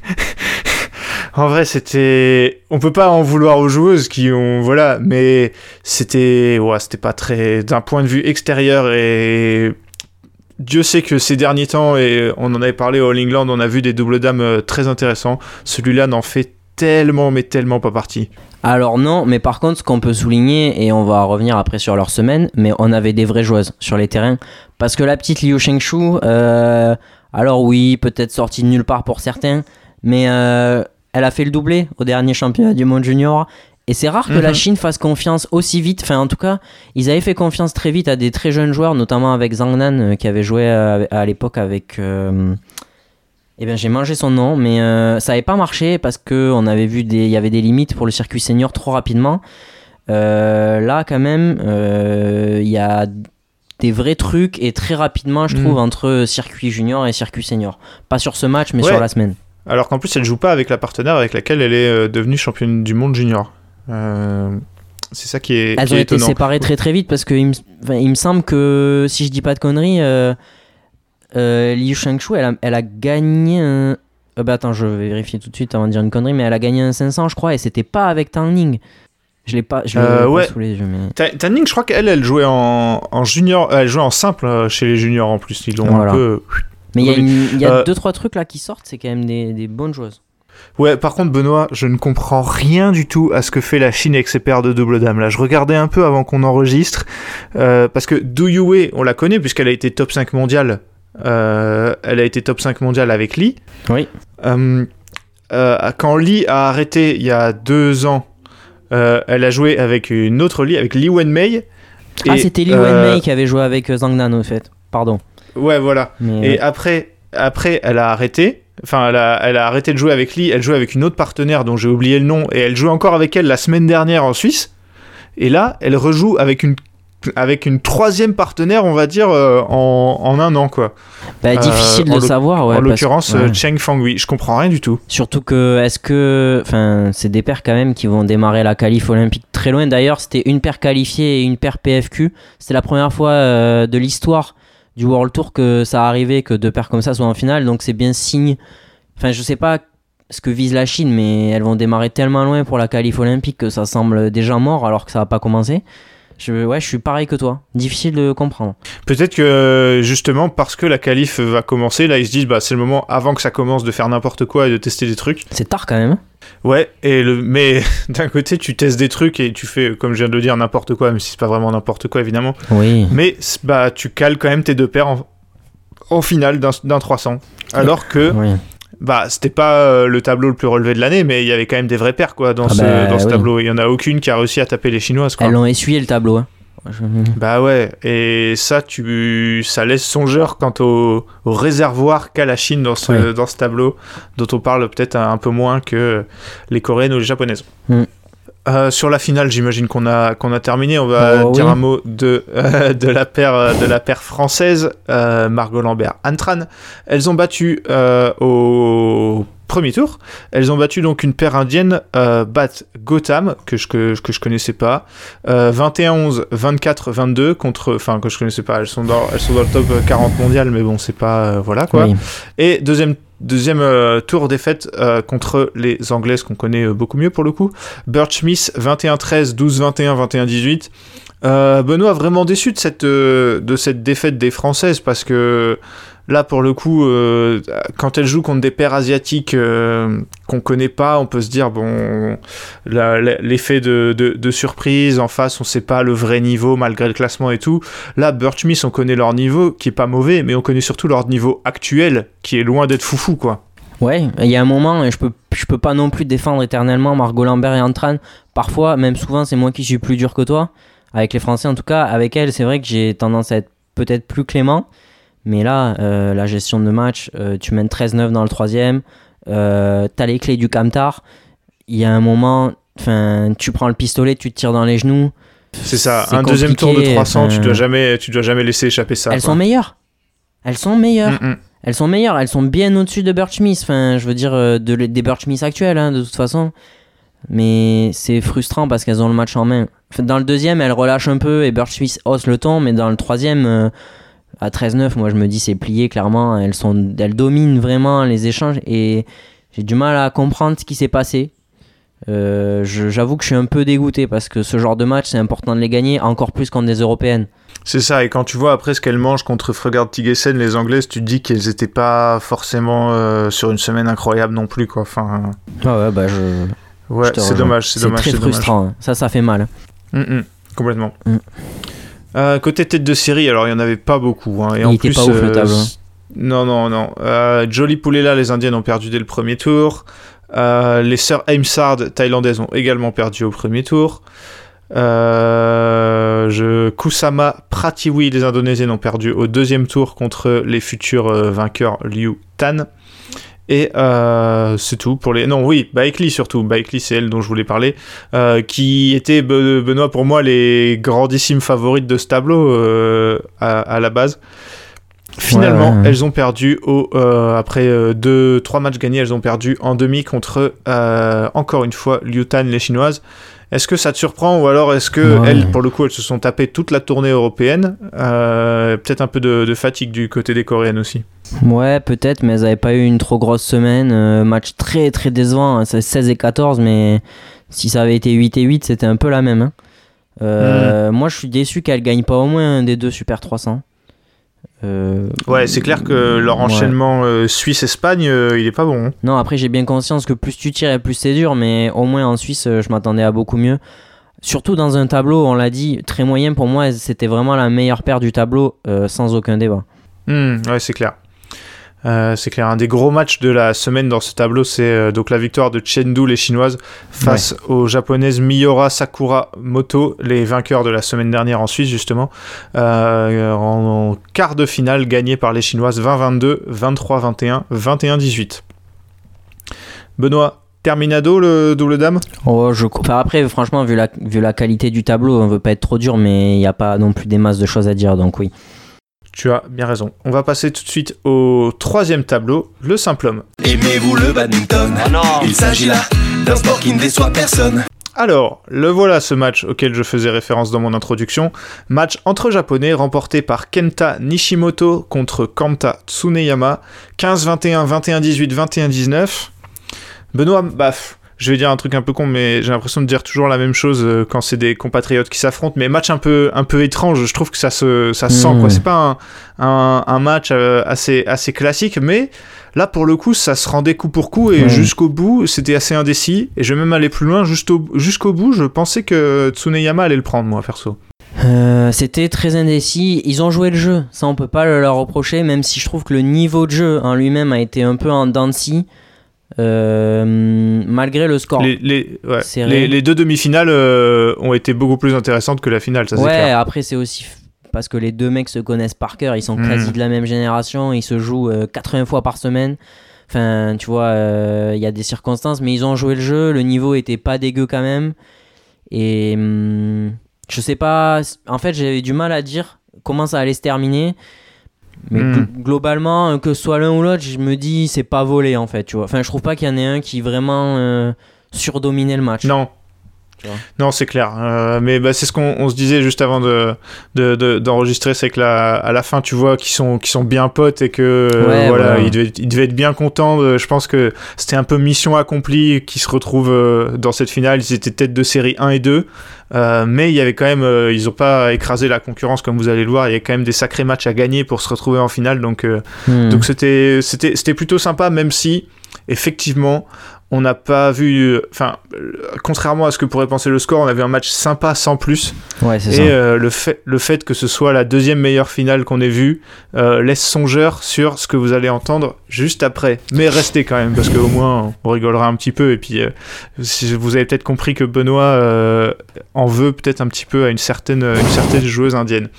[SPEAKER 1] En vrai, c'était... On peut pas en vouloir aux joueuses qui ont... Voilà, mais c'était... Ouais, c'était pas très... D'un point de vue extérieur et... Dieu sait que ces derniers temps, et on en avait parlé au All England, on a vu des doubles dames euh, très intéressants. Celui-là n'en fait tellement, mais tellement pas partie.
[SPEAKER 4] Alors non, mais par contre, ce qu'on peut souligner, et on va revenir après sur leur semaine, mais on avait des vraies joueuses sur les terrains. Parce que la petite Liu Shengshu, euh, alors oui, peut-être sortie de nulle part pour certains, mais euh, elle a fait le doublé au dernier championnat du monde junior. Et c'est rare que mm-hmm. la Chine fasse confiance aussi vite. Enfin, en tout cas, ils avaient fait confiance très vite à des très jeunes joueurs, notamment avec Zhang Nan, euh, qui avait joué à, à l'époque avec... Euh... Eh bien, j'ai mangé son nom, mais euh, ça n'avait pas marché parce qu'on avait vu des... il y avait des limites pour le circuit senior trop rapidement. Euh, là, quand même, euh, il y a des vrais trucs et très rapidement, je trouve, mm. entre circuit junior et circuit senior. Pas sur ce match, mais ouais. sur la semaine.
[SPEAKER 1] Alors qu'en plus, elle joue pas avec la partenaire avec laquelle elle est euh, devenue championne du monde junior. Euh, c'est ça qui est
[SPEAKER 4] Elles
[SPEAKER 1] qui
[SPEAKER 4] ont
[SPEAKER 1] est
[SPEAKER 4] été
[SPEAKER 1] étonnant.
[SPEAKER 4] séparées très très vite parce que il me, enfin, il me semble que, si je dis pas de conneries, euh, euh, Liu Shangshu, elle a, elle a gagné un... Euh, bah attends, je vais vérifier tout de suite avant de dire une connerie, mais elle a gagné un cinq cents, je crois, et c'était pas avec Tang Ning. Je l'ai pas, je l'ai
[SPEAKER 1] euh,
[SPEAKER 4] pas
[SPEAKER 1] ouais.
[SPEAKER 4] sous les yeux. Mais...
[SPEAKER 1] Tang Ning, je crois qu'elle, elle jouait en, en junior, elle jouait en simple chez les juniors en plus. Ils l'ont voilà. un peu.
[SPEAKER 4] Mais il y a, a euh... deux trois trucs là qui sortent, c'est quand même des, des bonnes joueuses.
[SPEAKER 1] Ouais, par contre, Benoît, je ne comprends rien du tout à ce que fait la Chine avec ses paires de double dames. Là, je regardais un peu avant qu'on enregistre, euh, parce que Du Yue, on la connaît puisqu'elle a été top cinq mondiale. Euh, elle a été top cinq mondiale avec Li.
[SPEAKER 4] Oui.
[SPEAKER 1] Euh, euh, quand Li a arrêté il y a deux ans, euh, elle a joué avec une autre Li, avec Li Wenmei.
[SPEAKER 4] Ah, et, c'était Li euh... Wenmei qui avait joué avec Zhang Nan, au fait. Pardon.
[SPEAKER 1] Ouais, voilà. Mais... Et après, après, elle a arrêté. Enfin, elle a, elle a arrêté de jouer avec Li, elle jouait avec une autre partenaire dont j'ai oublié le nom, et elle jouait encore avec elle la semaine dernière en Suisse. Et là, elle rejoue avec une, avec une troisième partenaire, on va dire, euh, en, en un an, quoi.
[SPEAKER 4] Bah, difficile euh, de savoir, ouais.
[SPEAKER 1] En l'occurrence,
[SPEAKER 4] parce... ouais.
[SPEAKER 1] Cheng Fangui. Je comprends rien du tout.
[SPEAKER 4] Surtout que, est-ce que... Enfin, c'est des paires quand même qui vont démarrer la qualif olympique très loin. D'ailleurs, c'était une paire qualifiée et une paire P F Q. C'était la première fois euh, de l'histoire du World Tour que ça arrivait que deux paires comme ça soient en finale, donc c'est bien signe. Enfin, je sais pas ce que vise la Chine, mais elles vont démarrer tellement loin pour la qualif olympique que ça semble déjà mort alors que ça va pas commencer. Je, ouais, je suis pareil que toi. Difficile de comprendre.
[SPEAKER 1] Peut-être que justement parce que la qualif va commencer, là ils se disent bah c'est le moment avant que ça commence de faire n'importe quoi et de tester des trucs.
[SPEAKER 4] C'est tard quand même.
[SPEAKER 1] Ouais, et le, mais d'un côté tu testes des trucs et tu fais, comme je viens de le dire, n'importe quoi, même si c'est pas vraiment n'importe quoi évidemment.
[SPEAKER 4] Oui.
[SPEAKER 1] Mais bah tu cales quand même tes deux paires en, en finale d'un, d'un trois cents. Alors que oui. bah c'était pas euh, le tableau le plus relevé de l'année, mais il y avait quand même des vraies paires quoi dans ah ce, bah, dans ce oui. tableau. Il y en a aucune qui a réussi à taper les Chinoises quoi.
[SPEAKER 4] Elles l'ont essuyé le tableau. Hein. Je...
[SPEAKER 1] Bah ouais, et ça, tu, ça laisse songeur quant au, au réservoir qu'a la Chine dans ce, oui. dans ce tableau, dont on parle peut-être un, un peu moins que les Coréennes ou les Japonaises. Mm. Euh, sur la finale, j'imagine qu'on a, qu'on a terminé. On va oh, dire oui. un mot de, euh, de, la paire, de la paire française, euh, Margot Lambert, Anh Tran. Elles ont battu euh, au premier tour. Elles ont battu donc une paire indienne, euh, Bat Gotham, que je, que, que je connaissais pas, euh, vingt et un onze, vingt-quatre vingt-deux, contre, enfin, que je connaissais pas, elles sont dans, elles sont dans le top quarante mondial, mais bon, c'est pas, euh, voilà, quoi. Oui. Et deuxième, deuxième euh, tour défaite euh, contre les Anglaises, qu'on connaît euh, beaucoup mieux pour le coup, Birch Smith, vingt et un treize, douze vingt et un, vingt et un dix-huit. Euh, Benoît vraiment déçu de cette, euh, de cette défaite des Françaises, parce que là, pour le coup, euh, quand elles jouent contre des paires asiatiques euh, qu'on connaît pas, on peut se dire, bon, la, la, l'effet de, de, de surprise, en face, on sait pas le vrai niveau, malgré le classement et tout. Là, Birch Smith, on connaît leur niveau, qui est pas mauvais, mais on connaît surtout leur niveau actuel, qui est loin d'être foufou, quoi.
[SPEAKER 4] Ouais, il y a un moment, et je peux, je peux pas non plus défendre éternellement Margot Lambert et Anh Tran. Parfois, même souvent, c'est moi qui suis plus dur que toi. Avec les Français, en tout cas, avec elles, c'est vrai que j'ai tendance à être peut-être plus clément. Mais là, euh, la gestion de match, euh, tu mènes treize neuf dans le troisième, euh, t'as les clés du camtar, il y a un moment, tu prends le pistolet, tu te tires dans les genoux.
[SPEAKER 1] C'est ça, c'est un deuxième tour de trois cents, tu dois jamais, tu dois jamais laisser échapper ça.
[SPEAKER 4] Elles
[SPEAKER 1] quoi.
[SPEAKER 4] sont meilleures. Elles sont meilleures.
[SPEAKER 1] Mm-mm.
[SPEAKER 4] Elles sont meilleures, elles sont bien au-dessus de Birch Smith, enfin, je veux dire, de, des Birch Smith actuels, hein, de toute façon. Mais c'est frustrant parce qu'elles ont le match en main. Dans le deuxième, elles relâchent un peu et Birch Smith hausse le ton, mais dans le troisième... Euh, à treize neuf, moi je me dis c'est plié clairement, elles, sont, elles dominent vraiment les échanges et j'ai du mal à comprendre ce qui s'est passé. Euh, je, j'avoue que je suis un peu dégoûté parce que ce genre de match c'est important de les gagner, encore plus contre des européennes.
[SPEAKER 1] C'est ça, et quand tu vois après ce qu'elles mangent contre Frøgaard Tigesen, les Anglaises, tu te dis qu'elles étaient pas forcément euh, sur une semaine incroyable non plus quoi. Enfin...
[SPEAKER 4] Ah ouais, bah je...
[SPEAKER 1] Ouais,
[SPEAKER 4] je
[SPEAKER 1] c'est dommage, c'est, c'est dommage.
[SPEAKER 4] Très
[SPEAKER 1] c'est
[SPEAKER 4] frustrant,
[SPEAKER 1] dommage.
[SPEAKER 4] Hein. Ça, ça fait mal.
[SPEAKER 1] Mm-mm, complètement.
[SPEAKER 4] Mm.
[SPEAKER 1] Euh, côté tête de série, alors il n'y en avait pas beaucoup. Hein, et
[SPEAKER 4] il
[SPEAKER 1] en
[SPEAKER 4] était
[SPEAKER 1] plus,
[SPEAKER 4] pas ouf
[SPEAKER 1] euh,
[SPEAKER 4] le tableau.
[SPEAKER 1] Non, non, non. Euh, Jolly Poulela, les Indiennes ont perdu dès le premier tour. Euh, les sœurs Heimsard thaïlandaises ont également perdu au premier tour. Euh, je, Kusama Pratiwi, les Indonésiennes, ont perdu au deuxième tour contre les futurs euh, vainqueurs Liu Tan. Et euh, c'est tout pour les... Non, oui, Baek Lee surtout. Baek Lee, c'est elle dont je voulais parler. Euh, qui était, Benoît, pour moi, les grandissimes favorites de ce tableau euh, à, à la base. Finalement, ouais, ouais. elles ont perdu au, euh, après deux, trois matchs gagnés, elles ont perdu en demi contre, euh, encore une fois, Liu Tan, les Chinoises. Est-ce que ça te surprend ou alors est-ce que ouais. elles, pour le coup, elles se sont tapées toute la tournée européenne, euh, peut-être un peu de, de fatigue du côté des Coréennes aussi.
[SPEAKER 4] Ouais, peut-être, mais elles n'avaient pas eu une trop grosse semaine. Euh, match très très décevant, hein, c'est seize et quatorze, mais si ça avait été huit et huit, c'était un peu la même. Hein. Euh, mmh. Moi, je suis déçu qu'elles ne gagnent pas au moins un des deux Super trois cents. Euh,
[SPEAKER 1] ouais, c'est clair que leur enchaînement ouais. euh, Suisse-Espagne, euh, il est pas bon. Hein.
[SPEAKER 4] Non, après j'ai bien conscience que plus tu tires et plus c'est dur, mais au moins en Suisse, euh, je m'attendais à beaucoup mieux. Surtout dans un tableau, on l'a dit, très moyen pour moi, c'était vraiment la meilleure paire du tableau, euh, sans aucun débat.
[SPEAKER 1] Mmh, ouais, c'est clair. Euh, c'est clair, un des gros matchs de la semaine dans ce tableau, c'est euh, donc la victoire de Chengdu, les Chinoises, face ouais. aux Japonaises Miura Sakura Moto, les vainqueurs de la semaine dernière en Suisse, justement, euh, en, en quart de finale, gagné par les Chinoises vingt vingt-deux, vingt-trois vingt et un, vingt et un dix-huit. Benoît, terminado le double dame ?
[SPEAKER 4] Oh, je... enfin, après, franchement, vu la, vu la qualité du tableau, on veut pas être trop dur, mais il n'y a pas non plus des masses de choses à dire, donc oui.
[SPEAKER 1] Tu as bien raison. On va passer tout de suite au troisième tableau, le simple homme.
[SPEAKER 5] Aimez-vous le badminton ? Ah non. Il s'agit là d'un sport qui ne déçoit personne.
[SPEAKER 1] Alors, le voilà ce match auquel je faisais référence dans mon introduction. Match entre japonais remporté par Kenta Nishimoto contre Kanta Tsuneyama. quinze vingt et un, vingt et un dix-huit, vingt et un dix-neuf. Benoît, baf. Je vais dire un truc un peu con, mais j'ai l'impression de dire toujours la même chose euh, quand c'est des compatriotes qui s'affrontent. Mais match un peu, un peu étrange, je trouve que ça se, ça se mmh. sent, quoi. C'est pas un, un, un match euh, assez, assez classique, mais là, pour le coup, ça se rendait coup pour coup, et mmh. jusqu'au bout, c'était assez indécis. Et je vais même aller plus loin, juste au, jusqu'au bout, je pensais que Tsuneyama allait le prendre, moi, perso.
[SPEAKER 4] Euh, c'était très indécis. Ils ont joué le jeu, ça on peut pas le leur reprocher, même si je trouve que le niveau de jeu en lui-même a été un peu en dents de scie. Euh, malgré le score.
[SPEAKER 1] Les, les, ouais. les, les deux demi-finales euh, ont été beaucoup plus intéressantes que la finale, ça c'est
[SPEAKER 4] ouais,
[SPEAKER 1] clair.
[SPEAKER 4] Ouais, après c'est aussi f- parce que les deux mecs se connaissent par cœur, ils sont mmh. quasi de la même génération, ils se jouent euh, quatre-vingts fois par semaine. Enfin, tu vois, il euh, y a des circonstances, mais ils ont joué le jeu, le niveau était pas dégueu quand même. Et hum, je sais pas, en fait j'avais du mal à dire comment ça allait se terminer. Mais mmh. gl- globalement, que ce soit l'un ou l'autre, je me dis c'est pas volé en fait, tu vois. Enfin, je trouve pas qu'il y en ait un qui vraiment euh, surdominait le match.
[SPEAKER 1] Non. Non, c'est clair. Euh, mais bah, c'est ce qu'on on se disait juste avant de, de, de, d'enregistrer, c'est que la, à la fin, tu vois qu'ils sont, qu'ils sont bien potes et que
[SPEAKER 4] ouais,
[SPEAKER 1] euh, voilà,
[SPEAKER 4] voilà.
[SPEAKER 1] Ils, devaient, ils devaient être bien contents. De, je pense que c'était un peu mission accomplie qu'ils se retrouvent euh, dans cette finale. Ils étaient tête de série un et deux. Euh, mais il y avait quand même, euh, ils n'ont pas écrasé la concurrence comme vous allez le voir. Il y a quand même des sacrés matchs à gagner pour se retrouver en finale. Donc, euh, mmh. donc c'était, c'était, c'était plutôt sympa, même si effectivement on n'a pas vu, enfin, contrairement à ce que pourrait penser le score, on avait un match sympa sans plus.
[SPEAKER 4] Ouais, c'est
[SPEAKER 1] et
[SPEAKER 4] ça.
[SPEAKER 1] Euh, le fait, le fait que ce soit la deuxième meilleure finale qu'on ait vue euh, laisse songeur sur ce que vous allez entendre juste après. Mais restez quand même, parce qu'au moins on rigolera un petit peu. Et puis, euh, si vous avez peut-être compris que Benoît euh, en veut peut-être un petit peu à une certaine, une certaine joueuse indienne.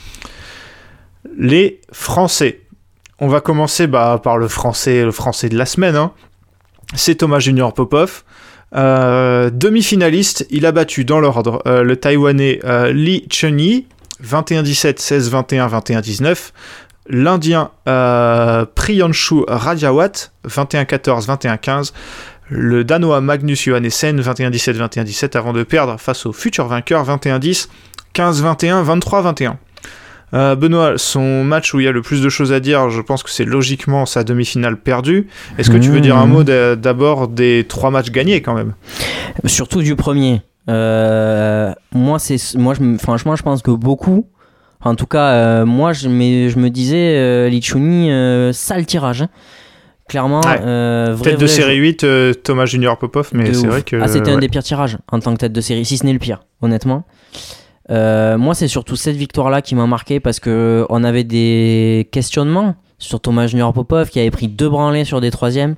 [SPEAKER 1] Les Français. On va commencer bah, par le français, le français de la semaine, hein. C'est Thomas Junior Popov, euh, demi-finaliste. Il a battu dans l'ordre euh, le Taïwanais euh, Lee Chun-yi, vingt et un dix-sept, seize vingt et un, vingt et un dix-neuf. L'Indien euh, Priyanshu Rajawat, vingt et un quatorze, vingt et un quinze. Le Danois Magnus Johannessen, vingt et un dix-sept, vingt et un dix-sept, avant de perdre face au futur vainqueur, vingt et un dix, quinze vingt et un, vingt-trois vingt et un. Euh, Benoît, son match où il y a le plus de choses à dire, je pense que c'est logiquement sa demi-finale perdue. Est-ce que mmh. tu veux dire un mot de, d'abord des trois matchs gagnés quand même ?
[SPEAKER 4] Surtout du premier. Euh, moi, c'est, moi je, franchement, je pense que beaucoup, en tout cas, euh, moi, je, mais, je me disais, euh, Lee Chun-yi, euh, sale tirage. Hein. Clairement,
[SPEAKER 1] ouais.
[SPEAKER 4] euh, vrai,
[SPEAKER 1] tête de
[SPEAKER 4] vrai,
[SPEAKER 1] série
[SPEAKER 4] je...
[SPEAKER 1] huit, euh, Thomas Junior Popov, mais
[SPEAKER 4] de
[SPEAKER 1] c'est
[SPEAKER 4] ouf.
[SPEAKER 1] vrai que.
[SPEAKER 4] Ah, c'était
[SPEAKER 1] ouais.
[SPEAKER 4] un des pires tirages en tant que tête de série, si ce n'est le pire, honnêtement. Euh, moi, c'est surtout cette victoire-là qui m'a marqué parce qu'on avait des questionnements sur Thomas Junior Popov qui avait pris deux branlées sur des troisièmes.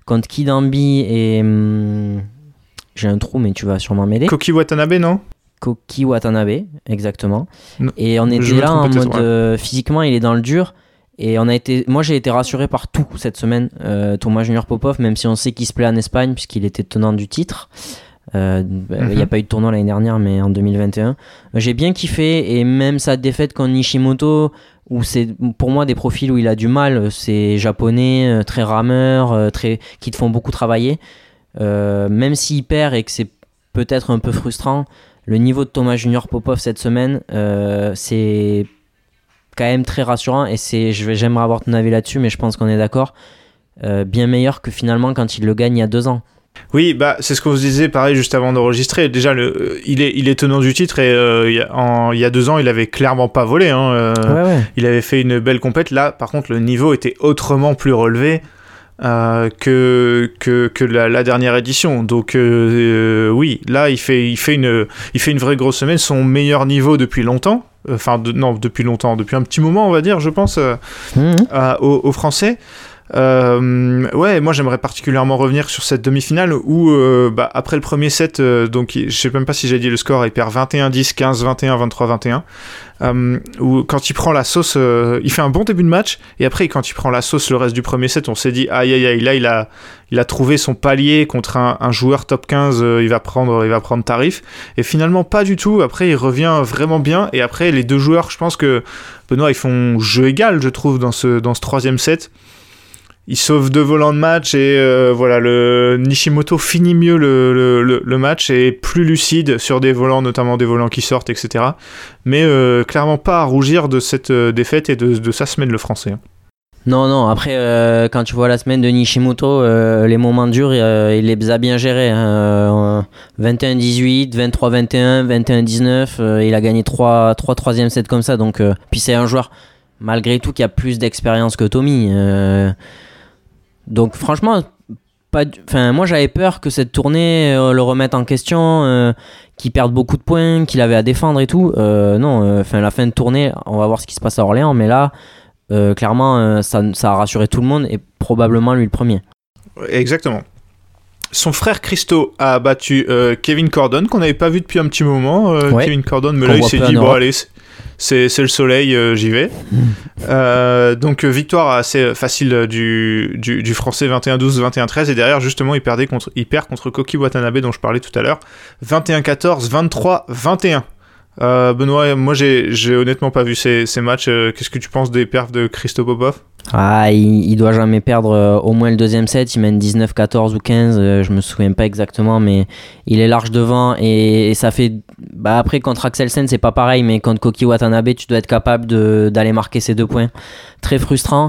[SPEAKER 4] contre Kidambi et... Hum, j'ai un trou, mais tu vas sûrement m'aider.
[SPEAKER 1] Koki Watanabe, non ?
[SPEAKER 4] Koki Watanabe, exactement.
[SPEAKER 1] Non,
[SPEAKER 4] et on était là en mode... Ouais. Euh, physiquement, il est dans le dur. Et on a été, moi, j'ai été rassuré par tout cette semaine. Euh, Thomas Junior Popov, même si on sait qu'il se plaît en Espagne, puisqu'il était tenant du titre. Euh, mm-hmm. Il n'y a pas eu de tournoi l'année dernière, mais en deux mille vingt et un. J'ai bien kiffé. Et même sa défaite contre Nishimoto, où c'est pour moi des profils où il a du mal. C'est japonais, très rameur, très, qui te font beaucoup travailler. Euh, même s'il perd et que c'est peut-être un peu frustrant, le niveau de Thomas Junior Popov cette semaine, euh, c'est quand même très rassurant. Et c'est, je vais, j'aimerais avoir ton avis là-dessus, mais je pense qu'on est d'accord. Euh, bien meilleur que finalement quand il le gagne il y a deux ans.
[SPEAKER 1] Oui, bah, c'est ce qu'on se disait pareil juste avant d'enregistrer. Déjà, le, il, est, il est tenant du titre et euh, il, y a, en, il y a deux ans, il avait clairement pas volé. Hein, euh,
[SPEAKER 4] ouais, ouais.
[SPEAKER 1] Il avait fait une belle compète. Là, par contre, le niveau était autrement plus relevé. Euh, que que que la, la dernière édition. Donc euh, euh, oui, là il fait il fait une il fait une vraie grosse semaine, son meilleur niveau depuis longtemps. Enfin de, non depuis longtemps, depuis un petit moment on va dire, je pense euh, mmh. euh, aux, aux Français. Euh, ouais, moi j'aimerais particulièrement revenir sur cette demi-finale où euh, bah, après le premier set, euh, donc je sais même pas si j'ai dit le score, il perd vingt et un dix, quinze vingt et un, vingt-trois vingt et un. Euh, où quand il prend la sauce, euh, il fait un bon début de match et après quand il prend la sauce le reste du premier set, on s'est dit aïe aïe aïe, là il a il a trouvé son palier contre un, un joueur top quinze, euh, il va prendre il va prendre tarif, et finalement pas du tout. Après il revient vraiment bien et après les deux joueurs, je pense que Benoît, ils font jeu égal, je trouve, dans ce dans ce troisième set. Il sauve deux volants de match et euh, voilà, le Nishimoto finit mieux le, le, le, le match et est plus lucide sur des volants, notamment des volants qui sortent, et cetera. Mais euh, clairement pas à rougir de cette euh, défaite et de, de sa semaine, le français.
[SPEAKER 4] Non, non, après, euh, quand tu vois la semaine de Nishimoto, euh, les moments durs, euh, il les a bien gérés. Hein. Euh, vingt et un dix-huit, vingt-trois vingt et un, vingt et un dix-neuf, euh, il a gagné trois troisième sets comme ça. Donc, euh, puis c'est un joueur, malgré tout, qui a plus d'expérience que Tommy. Euh, Donc franchement, pas du... enfin, moi j'avais peur que cette tournée euh, le remette en question, euh, qu'il perde beaucoup de points, qu'il avait à défendre et tout. Euh, non, enfin euh, la fin de tournée, on va voir ce qui se passe à Orléans, mais là, euh, clairement, euh, ça, ça a rassuré tout le monde et probablement lui le premier.
[SPEAKER 1] Exactement. Son frère Christo a battu euh, Kevin Cordon, qu'on n'avait pas vu depuis un petit moment. Euh, ouais. Kevin Cordon, mais là il s'est dit, bon allez, c'est, c'est le soleil, euh, j'y vais. Mmh. Euh, donc victoire assez facile du, du, du français, vingt et un douze, vingt et un treize, et derrière justement il, perdait contre, il perd contre Koki Watanabe dont je parlais tout à l'heure, vingt et un quatorze, vingt-trois vingt et un. Euh, Benoît, moi j'ai, j'ai honnêtement pas vu ces, ces matchs. Euh, qu'est-ce que tu penses des perfs de Christo Popov ?
[SPEAKER 4] Ah, il, il doit jamais perdre euh, au moins le deuxième set. Il mène dix-neuf quatorze ou quinze, euh, je me souviens pas exactement, mais il est large devant et, et ça fait. Bah après contre Axelsen c'est pas pareil, mais contre Koki Watanabe tu dois être capable de, d'aller marquer ces deux points. Très frustrant,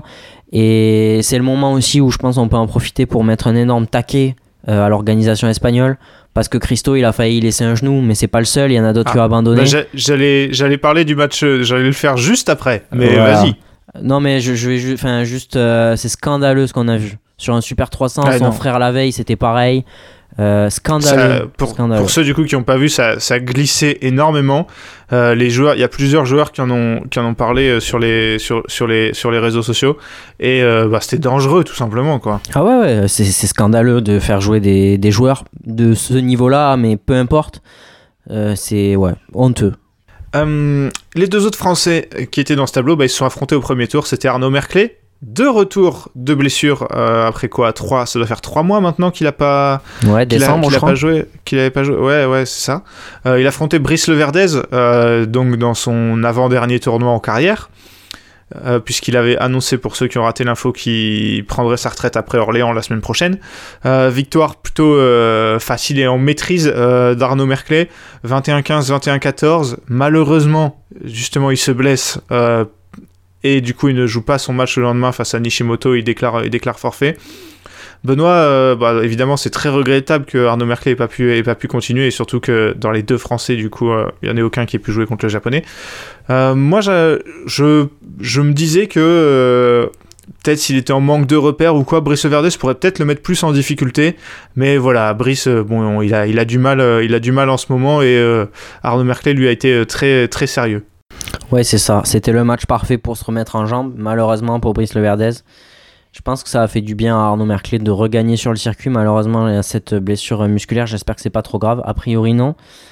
[SPEAKER 4] et c'est le moment aussi où je pense on peut en profiter pour mettre un énorme taquet euh, à l'organisation espagnole. Parce que Christo, il a failli laisser un genou, mais c'est pas le seul, il y en a d'autres ah, qui ont abandonné.
[SPEAKER 1] Bah j'allais, j'allais parler du match, j'allais le faire juste après, mais voilà. Vas-y.
[SPEAKER 4] Non, mais je, je vais ju- enfin, juste, euh, c'est scandaleux ce qu'on a vu. Sur un Super trois cents, ah, son non. frère la veille, c'était pareil. Euh, scandaleux.
[SPEAKER 1] Ça, pour,
[SPEAKER 4] scandaleux.
[SPEAKER 1] Pour ceux du coup qui n'ont pas vu, ça, ça glissait énormément. Euh, les joueurs, il y a plusieurs joueurs qui en ont, qui en ont parlé sur les, sur, sur les, sur les réseaux sociaux, et euh, bah, c'était dangereux tout simplement quoi.
[SPEAKER 4] Ah ouais, ouais, c'est, c'est scandaleux de faire jouer des, des joueurs de ce niveau-là, mais peu importe, euh, c'est ouais, honteux.
[SPEAKER 1] Euh, les deux autres Français qui étaient dans ce tableau, bah, ils se sont affrontés au premier tour. C'était Arnaud Merclé, de retour de blessure euh, après quoi, trois, ça doit faire trois mois maintenant qu'il a pas,
[SPEAKER 4] ouais,
[SPEAKER 1] qu'il
[SPEAKER 4] décembre,
[SPEAKER 1] a, qu'il a pas joué, qu'il avait pas joué. Ouais, ouais, c'est ça. Euh, il a affronté Brice Leverdez, euh, donc dans son avant-dernier tournoi en carrière. Euh, puisqu'il avait annoncé, pour ceux qui ont raté l'info, qu'il prendrait sa retraite après Orléans la semaine prochaine. Euh, victoire plutôt euh, facile et en maîtrise euh, d'Arnaud Merclé, vingt et un quinze, vingt et un quatorze. Malheureusement, justement, il se blesse euh, et du coup, il ne joue pas son match le lendemain face à Nishimoto, il déclare, il déclare forfait. Benoît, euh, bah, évidemment, c'est très regrettable que Arnaud Merclé n'ait pas pu, ait pas pu continuer, et surtout que dans les deux Français, du coup, il euh, n'y en a aucun qui ait pu jouer contre le Japonais. Euh, moi, je, je, je me disais que euh, peut-être s'il était en manque de repères ou quoi, Brice Leverdez pourrait peut-être le mettre plus en difficulté. Mais voilà, Brice, bon, il a, il a du mal, il a du mal en ce moment, et euh, Arnaud Merclé lui a été très, très sérieux.
[SPEAKER 4] Ouais, c'est ça. C'était le match parfait pour se remettre en jambes. Malheureusement pour Brice Leverdez. Je pense que ça a fait du bien à Arnaud Merclé de regagner sur le circuit. Malheureusement, il y a cette blessure musculaire. J'espère que c'est pas trop grave. A priori, non.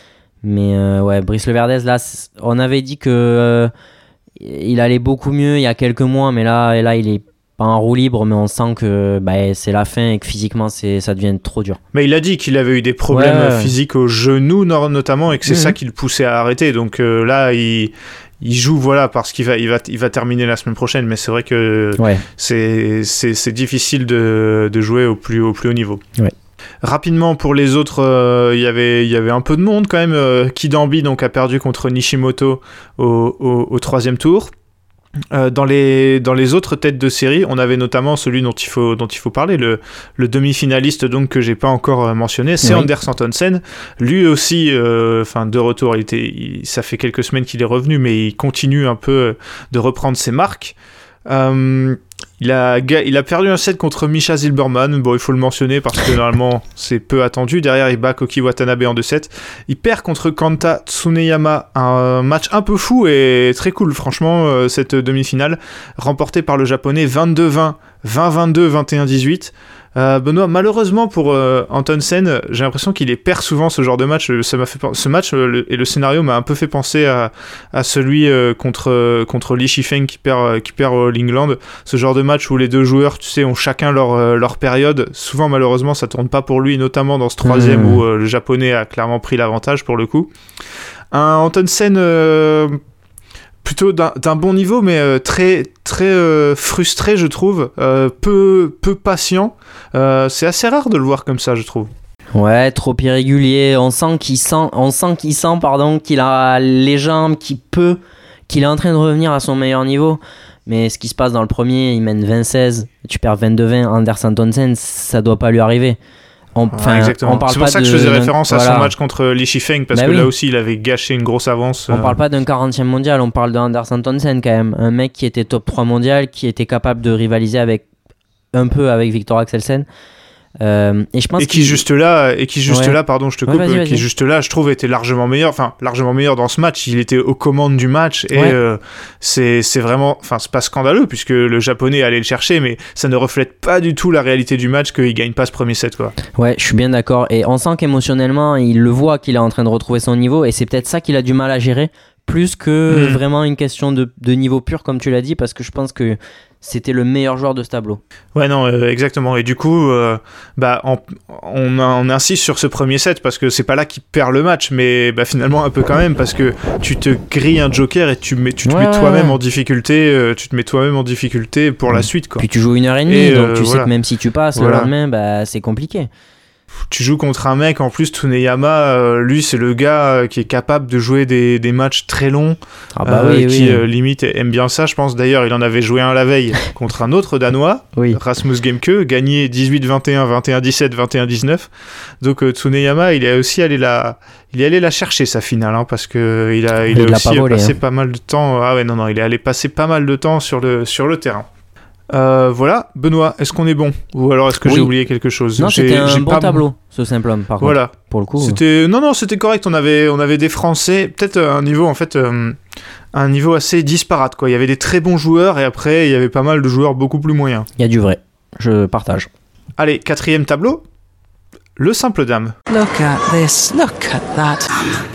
[SPEAKER 4] Mais euh, ouais, Brice Leverdez, là, on avait dit que euh, il allait beaucoup mieux il y a quelques mois, mais là, là il est pas en roue libre, mais on sent que bah, c'est la fin et que physiquement c'est, ça devient trop dur.
[SPEAKER 1] Mais il a dit qu'il avait eu des problèmes
[SPEAKER 4] ouais, ouais.
[SPEAKER 1] physiques au genou notamment et que c'est mmh. ça qui le poussait à arrêter. Donc euh, là, il, il joue voilà, parce qu'il va, il va, il va terminer la semaine prochaine, mais c'est vrai que
[SPEAKER 4] ouais.
[SPEAKER 1] c'est, c'est, c'est difficile de, de jouer au plus, au plus haut niveau.
[SPEAKER 4] Ouais.
[SPEAKER 1] Rapidement, pour les autres, euh, y avait, y avait un peu de monde quand même. Euh, Kidambi donc, a perdu contre Nishimoto au, au, au troisième tour. Euh, dans, les, dans les autres têtes de série, on avait notamment celui dont il faut, dont il faut parler, le, le demi-finaliste donc, que j'ai pas encore mentionné, c'est oui. Anders Antonsen. Lui aussi, euh, de retour, il était, il, ça fait quelques semaines qu'il est revenu, mais il continue un peu de reprendre ses marques. Euh, il, a, il a perdu un set contre Misha Zilberman. Bon, il faut le mentionner parce que normalement c'est peu attendu. Derrière, il bat Koki Watanabe en deux sept. Il perd contre Kanta Tsuneyama, un match un peu fou et très cool, franchement, euh, cette demi-finale, remportée par le japonais vingt-deux vingt, vingt vingt-deux, vingt et un dix-huit. Euh, Benoît, malheureusement pour euh, Antonsen, j'ai l'impression qu'il les perd souvent ce genre de match. Ça m'a fait, ce match euh, le, et le scénario m'a un peu fait penser à, à celui euh, contre, euh, contre Li Shifeng qui perd, euh, qui perd au All England. Ce genre de match où les deux joueurs, tu sais, ont chacun leur, euh, leur période. Souvent, malheureusement, ça tourne pas pour lui, notamment dans ce troisième mmh. où euh, le japonais a clairement pris l'avantage pour le coup. Un Antonsen... Euh, plutôt d'un, d'un bon niveau, mais euh, très, très euh, frustré, je trouve, euh, peu, peu patient. Euh, c'est assez rare de le voir comme ça, je trouve.
[SPEAKER 4] Ouais, trop irrégulier. On sent qu'il sent, on sent qu'il sent, pardon, qu'il a les jambes, qu'il peut, qu'il est en train de revenir à son meilleur niveau. Mais ce qui se passe dans le premier, il mène vingt seize, tu perds vingt-deux vingt. Anders Antonsen, ça doit pas lui arriver. On,
[SPEAKER 1] ouais, exactement.
[SPEAKER 4] On parle
[SPEAKER 1] c'est pour
[SPEAKER 4] pas
[SPEAKER 1] ça
[SPEAKER 4] de,
[SPEAKER 1] que je faisais référence à
[SPEAKER 4] voilà.
[SPEAKER 1] son match contre Li Shifeng parce bah que oui. là aussi il avait gâché une grosse avance.
[SPEAKER 4] On
[SPEAKER 1] euh...
[SPEAKER 4] parle pas d'un quarantième mondial, on parle d'Anders Antonsen quand même, un mec qui était top trois mondial, qui était capable de rivaliser avec un peu avec Victor Axelsen. Euh, et je pense
[SPEAKER 1] et qui juste là et qui juste
[SPEAKER 4] ouais.
[SPEAKER 1] là pardon je te coupe
[SPEAKER 4] ouais, vas-y, vas-y.
[SPEAKER 1] qui juste là je trouve était largement meilleur enfin largement meilleur dans ce match. Il était aux commandes du match et
[SPEAKER 4] ouais.
[SPEAKER 1] euh, c'est c'est vraiment enfin c'est pas scandaleux puisque le japonais allait le chercher, mais ça ne reflète pas du tout la réalité du match qu'il gagne pas ce premier set quoi.
[SPEAKER 4] Ouais, je suis bien d'accord et on sent qu'émotionnellement il le voit qu'il est en train de retrouver son niveau et c'est peut-être ça qu'il a du mal à gérer plus que mmh. vraiment une question de, de niveau pur comme tu l'as dit, parce que je pense que c'était le meilleur joueur de ce tableau.
[SPEAKER 1] Ouais, non, euh, exactement. Et du coup, euh, bah, on, on, on insiste sur ce premier set parce que c'est pas là qu'il perd le match, mais bah, finalement un peu quand même parce que tu te grilles un joker et tu, mets, tu te
[SPEAKER 4] ouais,
[SPEAKER 1] mets toi-même
[SPEAKER 4] ouais.
[SPEAKER 1] en difficulté, euh, tu te mets toi-même en difficulté pour
[SPEAKER 4] ouais.
[SPEAKER 1] la suite, quoi.
[SPEAKER 4] Puis tu joues une heure et demie,
[SPEAKER 1] et
[SPEAKER 4] donc
[SPEAKER 1] euh,
[SPEAKER 4] tu
[SPEAKER 1] voilà.
[SPEAKER 4] sais que même si tu passes
[SPEAKER 1] voilà.
[SPEAKER 4] le lendemain, bah, c'est compliqué.
[SPEAKER 1] Tu joues contre un mec, en plus, Tsuneyama, euh, lui, c'est le gars euh, qui est capable de jouer des, des matchs très longs,
[SPEAKER 4] ah bah
[SPEAKER 1] euh,
[SPEAKER 4] oui,
[SPEAKER 1] qui
[SPEAKER 4] oui.
[SPEAKER 1] euh, limite aime bien ça, je pense. D'ailleurs, il en avait joué un la veille contre un autre Danois,
[SPEAKER 4] oui.
[SPEAKER 1] Rasmus Gemke, gagné dix-huit vingt et un, vingt et un dix-sept, vingt et un dix-neuf. Donc euh, Tsuneyama, il est aussi allé la, il est allé la chercher, sa finale, hein, parce que il a, il
[SPEAKER 4] il
[SPEAKER 1] a aussi
[SPEAKER 4] pas volé,
[SPEAKER 1] passé
[SPEAKER 4] hein.
[SPEAKER 1] pas mal de temps. Ah ouais, non, non, il est allé passer pas mal de temps sur le, sur le terrain. Euh, voilà, Benoît, est-ce qu'on est bon ou alors est-ce que
[SPEAKER 4] oui.
[SPEAKER 1] j'ai oublié quelque chose?
[SPEAKER 4] Non,
[SPEAKER 1] j'ai,
[SPEAKER 4] c'était un
[SPEAKER 1] j'ai
[SPEAKER 4] bon
[SPEAKER 1] pas
[SPEAKER 4] tableau, bon... ce simple homme, par
[SPEAKER 1] voilà.
[SPEAKER 4] contre. Pour le coup.
[SPEAKER 1] C'était non, non, c'était correct. On avait, on avait des Français, peut-être un niveau en fait, euh, un niveau assez disparate quoi. Il y avait des très bons joueurs et après il y avait pas mal de joueurs beaucoup plus moyens.
[SPEAKER 4] Il y a du vrai, je partage.
[SPEAKER 1] Allez, quatrième tableau, le simple dame.
[SPEAKER 2] Look at this, look at that.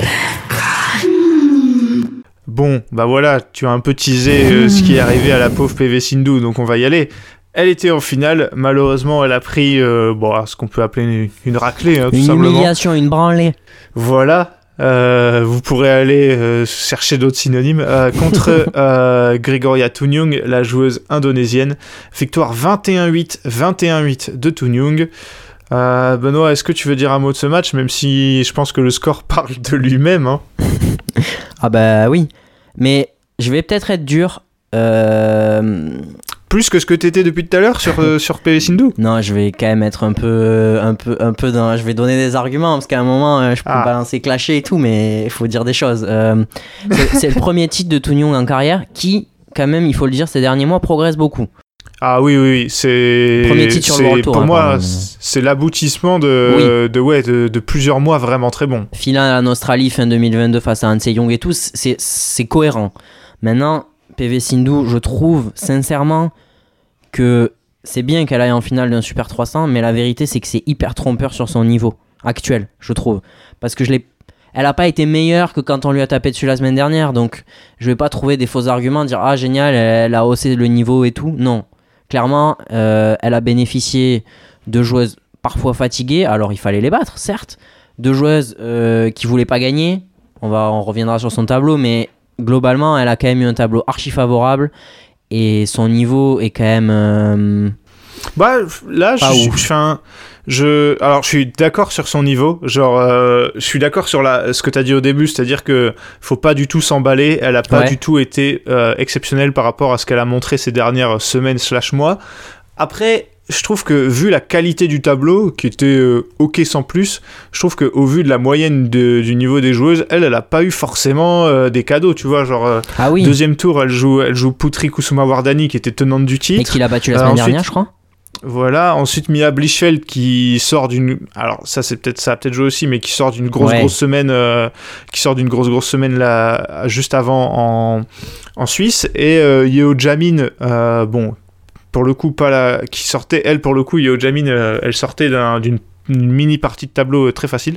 [SPEAKER 1] Bon, bah voilà, tu as un peu teasé euh, ce qui est arrivé à la pauvre P V Sindhu, donc on va y aller. Elle était en finale, malheureusement elle a pris euh, bon, ce qu'on peut appeler une, une raclée, hein, tout
[SPEAKER 4] une
[SPEAKER 1] simplement.
[SPEAKER 4] Une humiliation, une branlée.
[SPEAKER 1] Voilà, euh, vous pourrez aller euh, chercher d'autres synonymes. Euh, contre euh, Gregoria Tunjung, la joueuse indonésienne. Victoire vingt et un huit, vingt et un huit de Tunjung. Euh, Benoît, est-ce que tu veux dire un mot de ce match, même si je pense que le score parle de lui-même hein.
[SPEAKER 4] Ah bah oui, mais je vais peut-être être dur. Euh...
[SPEAKER 1] Plus que ce que t'étais depuis tout à l'heure sur, euh, sur P V Sindhu.
[SPEAKER 4] Non, je vais quand même être un peu, un peu, un peu dans... Je vais donner des arguments, parce qu'à un moment, je peux ah. balancer clasher et tout, mais il faut dire des choses. Euh, c'est, c'est le premier titre de Tunjung en carrière qui, quand même, il faut le dire, ces derniers mois, progresse beaucoup.
[SPEAKER 1] Ah oui, oui, oui. C'est...
[SPEAKER 4] Premier titre sur
[SPEAKER 1] c'est,
[SPEAKER 4] le World Tour.
[SPEAKER 1] Pour
[SPEAKER 4] hein,
[SPEAKER 1] moi, c'est l'aboutissement de, oui. de, ouais, de, de plusieurs mois vraiment très bons.
[SPEAKER 4] Finale en Australie, fin deux mille vingt-deux face à Han Se-young et tout, c'est, c'est cohérent. Maintenant, P V Sindhu, je trouve sincèrement que c'est bien qu'elle aille en finale d'un Super trois cents, mais la vérité, c'est que c'est hyper trompeur sur son niveau actuel, je trouve. Parce que je l'ai... elle n'a pas été meilleure que quand on lui a tapé dessus la semaine dernière, donc je vais pas trouver des faux arguments, dire ah génial, elle a haussé le niveau et tout. Non, clairement, euh, elle a bénéficié de joueuses parfois fatiguées, alors il fallait les battre, certes, de joueuses euh, qui voulaient pas gagner. On va, on reviendra sur son tableau, mais globalement, elle a quand même eu un tableau archi favorable et son niveau est quand même. Euh,
[SPEAKER 1] Bah là, je, je, je fais un, je, alors je suis d'accord sur son niveau, genre, euh, je suis d'accord sur la, ce que t'as dit au début, c'est-à-dire que faut pas du tout s'emballer. Elle a pas
[SPEAKER 4] ouais.
[SPEAKER 1] du tout été euh, exceptionnelle par rapport à ce qu'elle a montré ces dernières semaines slash mois. Après, je trouve que vu la qualité du tableau, qui était euh, ok sans plus, je trouve que au vu de la moyenne de, du niveau des joueuses, elle, elle a pas eu forcément euh, des cadeaux, tu vois, genre euh,
[SPEAKER 4] ah oui.
[SPEAKER 1] deuxième tour, elle joue, elle joue Putri Kusuma-Wardani qui était tenante du titre
[SPEAKER 4] et qui l'a battue la semaine
[SPEAKER 1] euh, ensuite,
[SPEAKER 4] dernière, je crois.
[SPEAKER 1] Voilà, ensuite Mia Blichfeld qui sort d'une, alors ça c'est peut-être ça a peut-être joué aussi, mais qui sort d'une grosse
[SPEAKER 4] ouais.
[SPEAKER 1] grosse semaine, euh, qui sort d'une grosse grosse semaine là juste avant en en Suisse, et euh, Yeo Jamin, euh, bon pour le coup pas la, qui sortait elle pour le coup Yeo Jamin, euh, elle sortait d'un, d'une une mini partie de tableau très facile.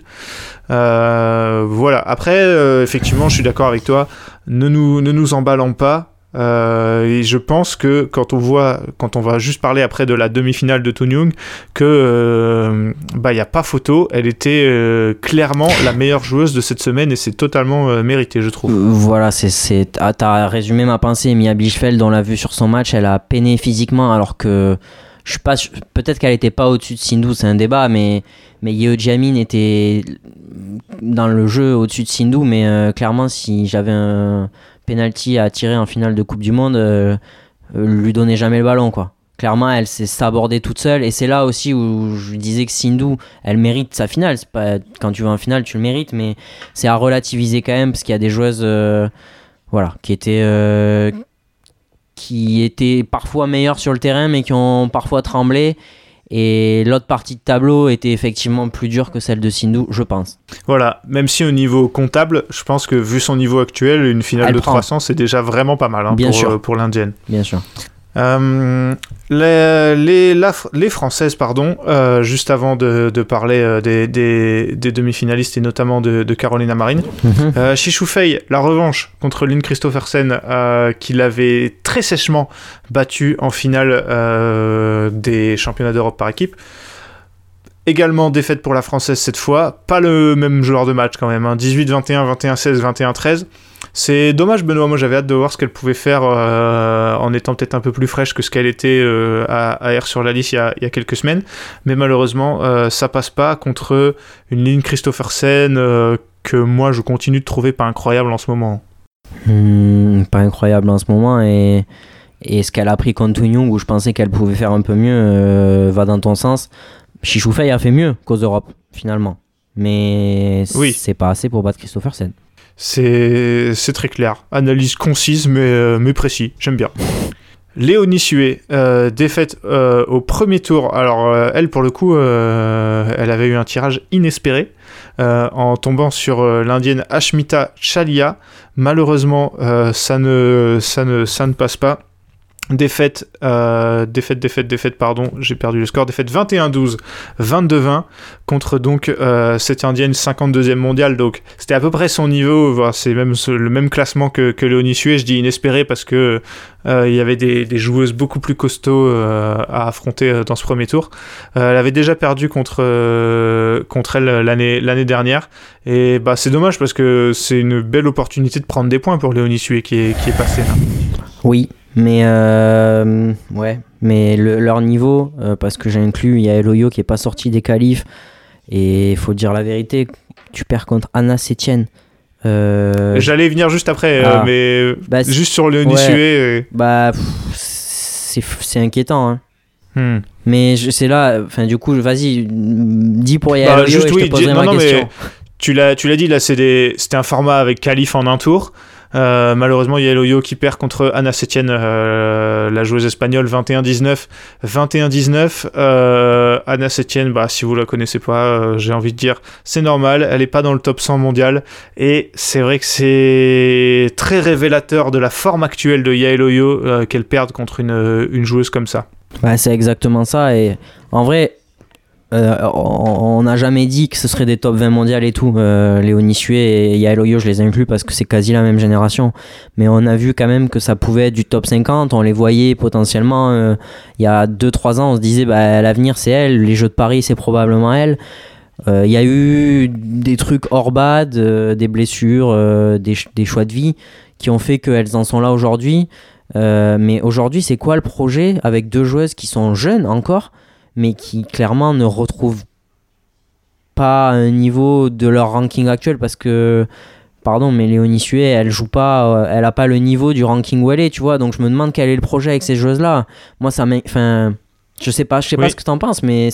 [SPEAKER 1] Euh, voilà. Après, euh, effectivement, je suis d'accord avec toi. Ne nous ne nous emballons pas. Euh, et je pense que quand on voit, quand on va juste parler après de la demi-finale de Toon Young, que euh, bah il y a pas photo, elle était euh, clairement la meilleure joueuse de cette semaine et c'est totalement euh, mérité, je trouve.
[SPEAKER 4] Euh, voilà, c'est c'est ah, t'as résumé ma pensée. Mia Blichfeld, on l'a vu sur son match, elle a peiné physiquement, alors que je suis pas, peut-être qu'elle était pas au-dessus de Sindhu, c'est un débat, mais mais Yeo Jamin était dans le jeu au-dessus de Sindhu, mais euh, clairement si j'avais un penalty à tirer en finale de Coupe du Monde, euh, euh, lui donnait jamais le ballon, quoi. Clairement, elle s'est sabordée toute seule, et c'est là aussi où je disais que Sindhu, elle mérite sa finale. C'est pas, quand tu vas en finale, tu le mérites, mais c'est à relativiser quand même, parce qu'il y a des joueuses euh, voilà, qui étaient euh, qui étaient parfois meilleures sur le terrain, mais qui ont parfois tremblé. Et l'autre partie de tableau était effectivement plus dure que celle de Sindhu, je pense.
[SPEAKER 1] Voilà, même si au niveau comptable, je pense que vu son niveau actuel, une finale Elle de prend. trois cents, c'est déjà vraiment pas mal hein,
[SPEAKER 4] Bien
[SPEAKER 1] pour,
[SPEAKER 4] sûr.
[SPEAKER 1] euh, pour l'indienne.
[SPEAKER 4] Bien sûr.
[SPEAKER 1] Euh, les, les, la, les Françaises, pardon, euh, juste avant de, de parler euh, des, des, des demi-finalistes et notamment de, de Carolina Marin, mm-hmm. euh, Chi Shufei, la revanche contre Lynn Christophersen, euh, qui l'avait très sèchement battue en finale euh, des championnats d'Europe par équipe. Également défaite pour la Française cette fois, pas le même joueur de match quand même, hein. dix-huit vingt et un, vingt et un seize, vingt et un treize. C'est dommage, Benoît, moi j'avais hâte de voir ce qu'elle pouvait faire euh, en étant peut-être un peu plus fraîche que ce qu'elle était euh, à, à R sur la liste il y a, il y a quelques semaines, mais malheureusement euh, ça passe pas contre une Lynn Christophersen euh, que moi je continue de trouver pas incroyable en ce moment.
[SPEAKER 4] Mmh, pas incroyable en ce moment, et, et ce qu'elle a pris contre Toon Young où je pensais qu'elle pouvait faire un peu mieux euh, va dans ton sens. Chi Shufei a fait mieux qu'aux Europes finalement, mais
[SPEAKER 1] oui.
[SPEAKER 4] C'est pas assez pour battre Christophersen.
[SPEAKER 1] C'est, c'est très clair. Analyse concise mais, euh, mais précis. J'aime bien. Léonie Sué, euh, défaite euh, au premier tour. Alors, euh, elle, pour le coup, euh, elle avait eu un tirage inespéré euh, en tombant sur euh, l'indienne Ashmita Chalia. Malheureusement, euh, ça, ne, ça, ne, ça ne passe pas. Défaite, euh, défaite, défaite, défaite, pardon, j'ai perdu le score. Défaite vingt et un douze, vingt-deux vingt contre donc euh, cette indienne cinquante-deuxième mondiale. Donc c'était à peu près son niveau. Voilà, c'est même ce, le même classement que, que Léonie Sué. Je dis inespéré parce que euh, il y avait des, des joueuses beaucoup plus costauds euh, à affronter euh, dans ce premier tour. Euh, elle avait déjà perdu contre euh, contre elle l'année l'année dernière. Et bah c'est dommage parce que c'est une belle opportunité de prendre des points pour Léonie Sué qui est qui est passée là.
[SPEAKER 4] Oui. Mais euh, ouais, mais le, leur niveau, euh, parce que j'ai inclus, il y a Eloyo qui est pas sorti des qualifs, et il faut dire la vérité, tu perds contre Anna Sétienne. Euh...
[SPEAKER 1] J'allais y venir juste après,
[SPEAKER 4] ah.
[SPEAKER 1] euh, mais
[SPEAKER 4] bah,
[SPEAKER 1] juste sur Léonie
[SPEAKER 4] ouais,
[SPEAKER 1] Sué. Euh...
[SPEAKER 4] Bah, pff, c'est, c'est inquiétant, hein.
[SPEAKER 1] Hmm.
[SPEAKER 4] Mais je, c'est là, enfin du coup, vas-y, dis pour y
[SPEAKER 1] bah,
[SPEAKER 4] aller
[SPEAKER 1] juste,
[SPEAKER 4] et
[SPEAKER 1] oui,
[SPEAKER 4] je te poserai
[SPEAKER 1] dis,
[SPEAKER 4] ma
[SPEAKER 1] non, non,
[SPEAKER 4] question.
[SPEAKER 1] Mais tu l'as, tu l'as dit, là, c'est des, c'était un format avec qualif en un tour. Euh, malheureusement, il y a Eloyo qui perd contre Anna Sétienne, euh, la joueuse espagnole, vingt et un dix-neuf. vingt et un dix-neuf. Euh, Anna Sétienne, bah, si vous la connaissez pas, euh, j'ai envie de dire, c'est normal, elle est pas dans le top cent mondial. Et c'est vrai que c'est très révélateur de la forme actuelle de Yael Oyo euh, qu'elle perde contre une, une joueuse comme ça.
[SPEAKER 4] Bah, c'est exactement ça. Et en vrai, euh, on n'a jamais dit que ce serait des top vingt mondiales et tout. Euh, Léo Nissué et Yael Oyo, je les inclus parce que c'est quasi la même génération. Mais on a vu quand même que ça pouvait être du top cinquante. On les voyait potentiellement. Euh, il y a deux trois ans, on se disait bah, l'avenir c'est elle. Les Jeux de Paris, c'est probablement elle. Il euh, y a eu des trucs hors bad, euh, des blessures, euh, des, ch- des choix de vie qui ont fait qu'elles en sont là aujourd'hui. Euh, mais aujourd'hui, c'est quoi le projet avec deux joueuses qui sont jeunes encore, mais qui clairement ne retrouvent pas un niveau de leur ranking actuel parce que, pardon, mais Léonie Sué, elle joue pas, elle a pas le niveau du ranking où elle est, tu vois. Donc je me demande quel est le projet avec ces joueuses-là. Moi, ça m'est, enfin, je sais pas, je sais
[SPEAKER 1] oui.
[SPEAKER 4] pas ce que t'en penses, mais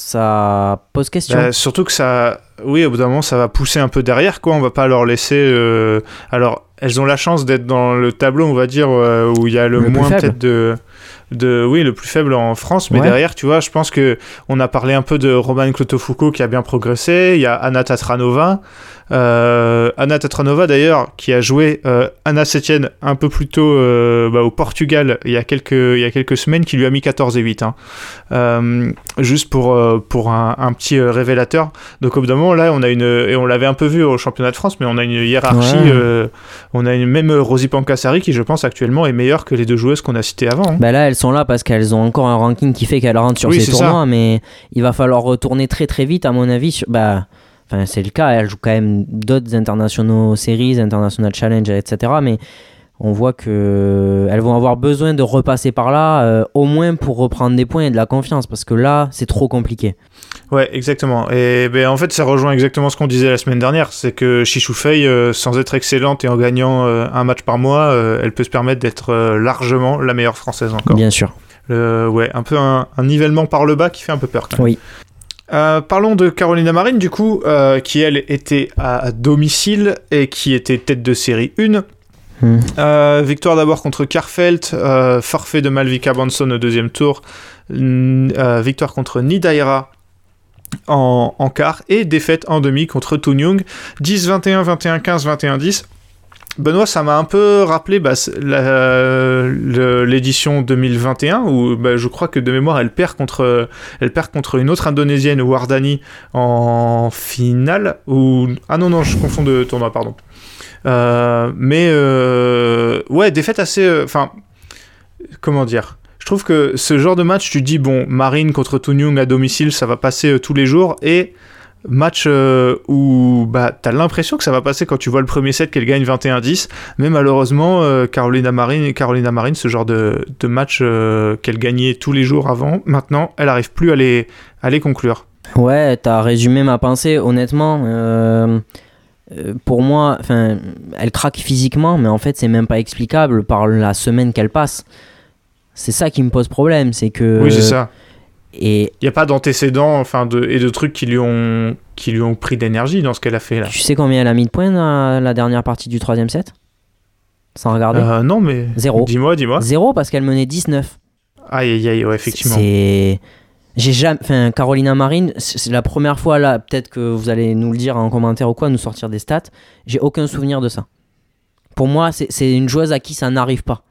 [SPEAKER 4] ça pose question.
[SPEAKER 1] Bah, surtout que ça, oui, au bout d'un moment, ça va pousser un peu derrière, quoi. On va pas leur laisser. Euh... Alors, elles ont la chance d'être dans le tableau, on va dire, euh, où il y a le,
[SPEAKER 4] le
[SPEAKER 1] moins peut-être de. De, oui, le plus faible en France, mais ouais. Derrière, tu vois, je pense que on a parlé un peu de Romane Clotofoucault qui a bien progressé. Il y a Anna Tatranova, euh, Anna Tatranova d'ailleurs qui a joué euh, Anna Setien un peu plus tôt euh, bah, au Portugal il y a quelques il y a quelques semaines, qui lui a mis quatorze et huit, hein. euh, juste pour euh, pour un, un petit euh, révélateur. Donc au bout d'un moment là, on a une et on l'avait un peu vu au championnat de France, mais on a une hiérarchie. Ouais. Euh, on a une même Rosie Pancassari qui, je pense, actuellement est meilleure que les deux joueuses qu'on a citées avant, hein.
[SPEAKER 4] Bah là, elles sont là parce qu'elles ont encore un ranking qui fait qu'elles rentrent sur oui, ces tournois, ça. Mais il va falloir retourner très très vite à mon avis. Sur, bah, enfin c'est le cas, elles jouent quand même d'autres internationaux séries, international challenge, et cetera. Mais on voit que elles vont avoir besoin de repasser par là, euh, au moins pour reprendre des points et de la confiance, parce que là c'est trop compliqué.
[SPEAKER 1] Ouais, exactement. Et ben en fait, ça rejoint exactement ce qu'on disait la semaine dernière, c'est que Chichou Fei, euh, sans être excellente et en gagnant euh, un match par mois, euh, elle peut se permettre d'être euh, largement la meilleure française encore.
[SPEAKER 4] Bien sûr.
[SPEAKER 1] Euh, ouais, un peu un, un nivellement par le bas qui fait un peu peur quand même.
[SPEAKER 4] Oui.
[SPEAKER 1] Euh, parlons de Carolina Marin, du coup, euh, qui elle était à domicile et qui était tête de série un. Hmm. Euh, victoire d'abord contre Karfelt, euh, forfait de Malvika Banson au deuxième tour, euh, victoire contre Nidaira en, en quart et défaite en demi contre Toon Young, dix vingt et un, vingt et un quinze, vingt et un dix. Benoît, ça m'a un peu rappelé bah, la, le, l'édition deux mille vingt et un où bah, je crois que de mémoire elle perd contre, elle perd contre une autre indonésienne, Wardani, en finale. Ou... Ah non, non, je confonds de tournoi, pardon. Euh, mais euh, ouais, défaite assez. Enfin, euh, comment dire ? Je trouve que ce genre de match, tu dis, bon, Marine contre Toon Young à domicile, ça va passer euh, tous les jours. Et match euh, où bah, t'as l'impression que ça va passer quand tu vois le premier set qu'elle gagne vingt et un dix. Mais malheureusement, euh, Carolina Marin, Carolina Marin, ce genre de, de match euh, qu'elle gagnait tous les jours avant, maintenant, elle n'arrive plus à les, à les conclure.
[SPEAKER 4] Ouais, t'as résumé ma pensée, honnêtement. Euh... Pour moi, enfin, elle craque physiquement, mais en fait, c'est même pas explicable par la semaine qu'elle passe. C'est ça qui me pose problème, c'est que.
[SPEAKER 1] Oui, c'est ça.
[SPEAKER 4] Et
[SPEAKER 1] il y a pas d'antécédents, enfin, de et de trucs qui lui ont qui lui ont pris d'énergie dans ce qu'elle a fait là.
[SPEAKER 4] Tu sais combien elle a mis de points dans la dernière partie du troisième set ? Sans regarder.
[SPEAKER 1] Euh, non, mais.
[SPEAKER 4] Zéro.
[SPEAKER 1] Dis-moi, dis-moi.
[SPEAKER 4] Zéro parce qu'elle menait dix-neuf.
[SPEAKER 1] Aïe, aïe, aïe, ouais, effectivement.
[SPEAKER 4] C'est. J'ai jamais, enfin, Carolina Marin, c'est la première fois là, peut-être que vous allez nous le dire en commentaire ou quoi, nous sortir des stats. J'ai aucun souvenir de ça. Pour moi, c'est, c'est une joueuse à qui ça n'arrive pas.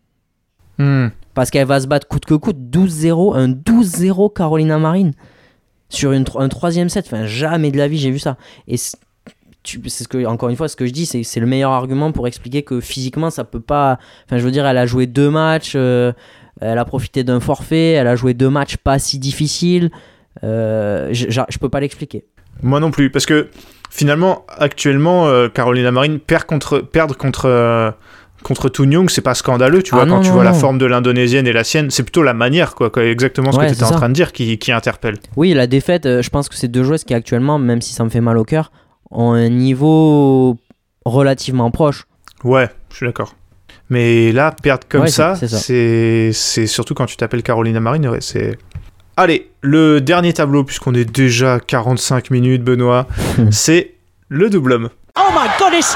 [SPEAKER 1] Mm.
[SPEAKER 4] Parce qu'elle va se battre coûte que coûte, douze zéro, un douze zéro Carolina Marin sur une, un troisième set. Enfin, jamais de la vie j'ai vu ça. Et c'est, tu, c'est ce que, encore une fois, ce que je dis, c'est, c'est le meilleur argument pour expliquer que physiquement, ça peut pas. Enfin, je veux dire, elle a joué deux matchs. Euh, Elle a profité d'un forfait, elle a joué deux matchs pas si difficiles. Euh, je, je peux pas l'expliquer.
[SPEAKER 1] Moi non plus, parce que finalement, actuellement, euh, Carolina Marin perd contre, perdre contre, euh, contre Toon Young, c'est pas scandaleux, tu vois, ah non, quand non, tu vois non. La forme de l'indonésienne et la sienne, c'est plutôt la manière, quoi, quoi exactement ce ouais, que tu étais en train de dire qui, qui interpelle.
[SPEAKER 4] Oui, la défaite, euh, je pense que ces deux joueuses qui actuellement, même si ça me fait mal au cœur, ont un niveau relativement proche.
[SPEAKER 1] Ouais, je suis d'accord. Mais là, perdre comme ouais, ça,
[SPEAKER 4] c'est, c'est ça,
[SPEAKER 1] c'est, c'est surtout quand tu t'appelles Carolina Marin, ouais, c'est... Allez, le dernier tableau, puisqu'on est déjà quarante-cinq minutes, Benoît, c'est le double homme.
[SPEAKER 6] Oh my goodness!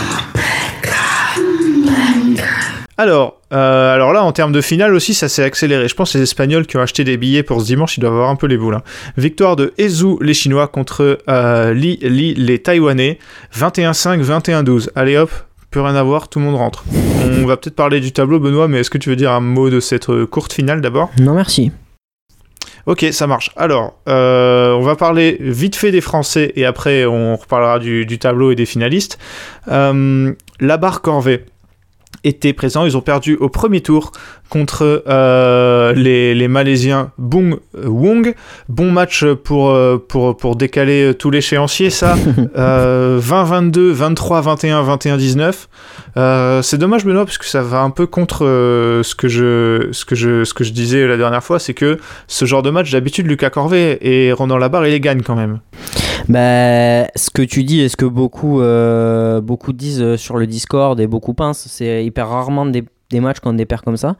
[SPEAKER 1] Alors, euh, alors là, en termes de finale aussi, ça s'est accéléré. Je pense que les Espagnols qui ont acheté des billets pour ce dimanche, ils doivent avoir un peu les boules. Hein. Victoire de Hezhou, les Chinois, contre euh, Li Li, les Taïwanais, vingt et un cinq, vingt et un douze. Allez hop, plus rien à voir, tout le monde rentre. On va peut-être parler du tableau, Benoît, mais est-ce que tu veux dire un mot de cette courte finale d'abord ?
[SPEAKER 4] Non, merci.
[SPEAKER 1] Ok, ça marche. Alors, euh, on va parler vite fait des Français et après on reparlera du, du tableau et des finalistes. Euh, la barre Corvée étaient présents, ils ont perdu au premier tour contre euh, les, les Malaisiens Bung Wong. Bon match pour, pour, pour décaler tout l'échéancier, ça. euh, vingt vingt-deux, vingt-trois vingt et un, vingt et un dix-neuf. Euh, c'est dommage, Benoît, parce que ça va un peu contre euh, ce, que je, ce, que je, ce que je disais la dernière fois, c'est que ce genre de match, d'habitude, Lucas Corvée et Ronan Labarre, ils les gagnent quand même.
[SPEAKER 4] Bah, ce que tu dis et ce que beaucoup, euh, beaucoup disent sur le Discord et beaucoup pensent, c'est hyper rarement des, des matchs quand on des perd comme ça.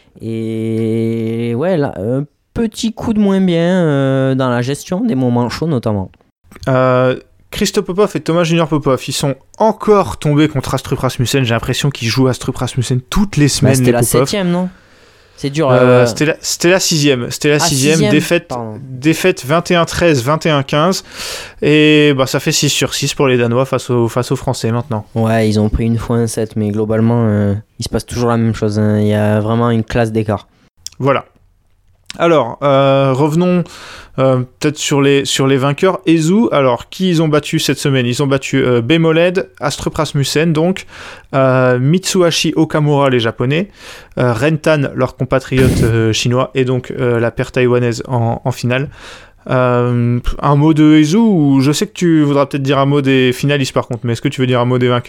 [SPEAKER 4] Et ouais, là, un petit coup de moins bien euh, dans la gestion des moments chauds notamment.
[SPEAKER 1] Euh, Christophe Popov et Thomas Junior Popov, ils sont encore tombés contre Astrup Rasmussen. J'ai l'impression qu'ils jouent Astrup Rasmussen toutes les semaines. Bah,
[SPEAKER 4] c'était
[SPEAKER 1] les
[SPEAKER 4] la
[SPEAKER 1] Popov.
[SPEAKER 4] septième, non ? C'est dur.
[SPEAKER 1] Euh,
[SPEAKER 4] euh...
[SPEAKER 1] c'était, la, c'était la sixième. C'était la
[SPEAKER 4] ah,
[SPEAKER 1] sixième.
[SPEAKER 4] sixième
[SPEAKER 1] Défaite, défaite vingt et un treize, vingt et un quinze. Et bah, ça fait six sur six pour les Danois face aux, face aux Français maintenant.
[SPEAKER 4] Ouais, ils ont pris une fois un set, mais globalement, euh, il se passe toujours la même chose. Hein. Il y a vraiment une classe d'écart.
[SPEAKER 1] Voilà. Alors, euh, revenons euh, peut-être sur les, sur les vainqueurs. Ezu, alors, qui ils ont battu cette semaine ? Ils ont battu euh, Bemoled, Astrup Rasmussen, donc, euh, Mitsuhashi Okamura, les Japonais, euh, Rentan, leur compatriote euh, chinois, et donc euh, la paire taïwanaise en, en finale. Euh, un mot de Ezu, ou je sais que tu voudras peut-être dire un mot des finalistes par contre, mais est-ce que tu veux dire un mot des vainqueurs ?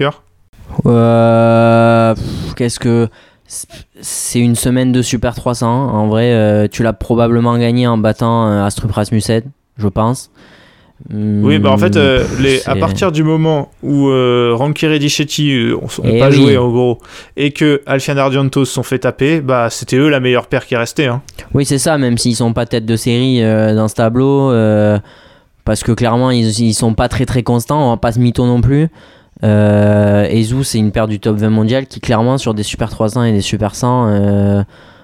[SPEAKER 4] euh, pff, Qu'est-ce que... C'est une semaine de Super trois cents. En vrai, euh, tu l'as probablement gagné en battant euh, Astrup Rasmussen, je pense. Mmh,
[SPEAKER 1] oui, bah en fait, euh, les, à partir du moment où euh, Ranki Reddichetti n'ont pas
[SPEAKER 4] oui.
[SPEAKER 1] joué en gros et que Alfian Ardianto se sont fait taper, bah c'était eux la meilleure paire qui restait. Hein.
[SPEAKER 4] Oui, c'est ça, même s'ils sont pas tête de série euh, dans ce tableau, euh, parce que clairement ils, ils sont pas très très constants, on va pas se mytho non plus. Euh, Ezu, c'est une paire du top vingt mondial qui clairement sur des Super trois cents et des Super cent euh,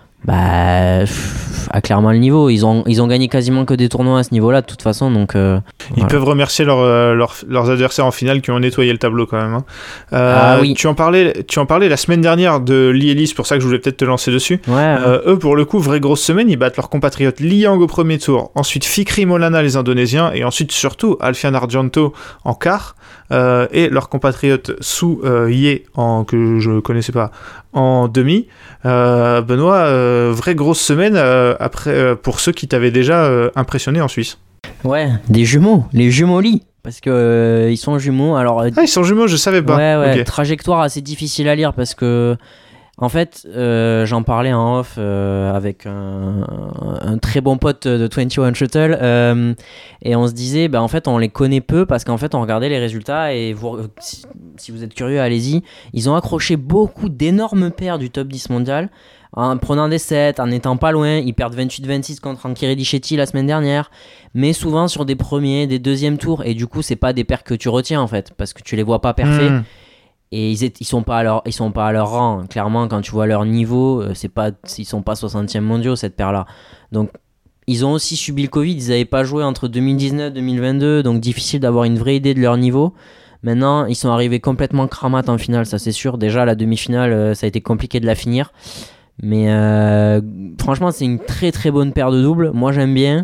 [SPEAKER 4] bah, pff, a clairement le niveau. Ils ont, ils ont gagné quasiment que des tournois à ce niveau-là de toute façon. Donc, euh,
[SPEAKER 1] ils
[SPEAKER 4] voilà.
[SPEAKER 1] peuvent remercier leur, euh, leur, leurs adversaires en finale qui ont nettoyé le tableau quand même. Hein. Euh,
[SPEAKER 4] ah, oui.
[SPEAKER 1] tu, en parlais, tu en parlais la semaine dernière de Lee Ellis, c'est pour ça que je voulais peut-être te lancer dessus.
[SPEAKER 4] Ouais,
[SPEAKER 1] euh,
[SPEAKER 4] ouais.
[SPEAKER 1] Eux, pour le coup, vraie grosse semaine, ils battent leur compatriote Liang au premier tour. Ensuite, Fikri Molana, les Indonésiens. Et ensuite, surtout, Alfian Ardianto en quart. Euh, et leur compatriote Su euh, Ye, en, que je connaissais pas, en demi. Euh, Benoît, euh, vraie grosse semaine euh, après, euh, pour ceux qui t'avaient déjà euh, impressionné en Suisse.
[SPEAKER 4] Ouais, des jumeaux, les jumeaux Lee, parce que euh, ils sont jumeaux. Alors,
[SPEAKER 1] ah, ils sont jumeaux, je savais pas.
[SPEAKER 4] Ouais, ouais,
[SPEAKER 1] okay.
[SPEAKER 4] Trajectoire assez difficile à lire parce que, en fait, euh, j'en parlais en off euh, avec un, un très bon pote de vingt et un Shuttle euh, et on se disait, bah, en fait, on les connaît peu parce qu'en fait, on regardait les résultats et vous, si, si vous êtes curieux, allez-y. Ils ont accroché beaucoup d'énormes paires du top dix mondial en prenant des sets, en n'étant pas loin. Ils perdent vingt-huit vingt-six contre Ranki Reddichetti la semaine dernière, mais souvent sur des premiers, des deuxièmes tours. Et du coup, c'est pas des paires que tu retiens en fait parce que tu les vois pas parfaits. Mmh. Et ils, est, ils sont pas à leur ils sont pas à leur rang. Clairement, quand tu vois leur niveau, c'est pas ils sont pas soixantième mondiaux cette paire là. Donc ils ont aussi subi le Covid, ils avaient pas joué entre deux mille dix-neuf et deux mille vingt-deux, donc difficile d'avoir une vraie idée de leur niveau. Maintenant, ils sont arrivés complètement cramates en finale, ça c'est sûr. Déjà la demi-finale, ça a été compliqué de la finir. Mais euh, franchement, c'est une très très bonne paire de doubles. Moi, j'aime bien.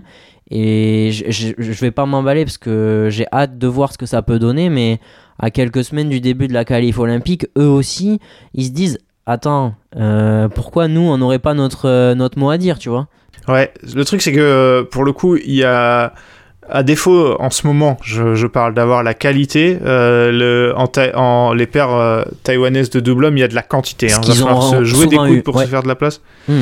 [SPEAKER 4] Et je, je, je vais pas m'emballer parce que j'ai hâte de voir ce que ça peut donner. Mais à quelques semaines du début de la qualif olympique, eux aussi, ils se disent attends, euh, pourquoi nous, on n'aurait pas notre, euh, notre mot à dire, tu vois ?
[SPEAKER 1] Ouais, le truc, c'est que pour le coup, il y a. À défaut, en ce moment, je, je parle d'avoir la qualité, euh, le, en, ta, en les paires euh, taïwanaises de double homme, il y a de la quantité. Hein. Il va falloir se jouer des coudes eu. pour ouais. se faire de la place. Mmh.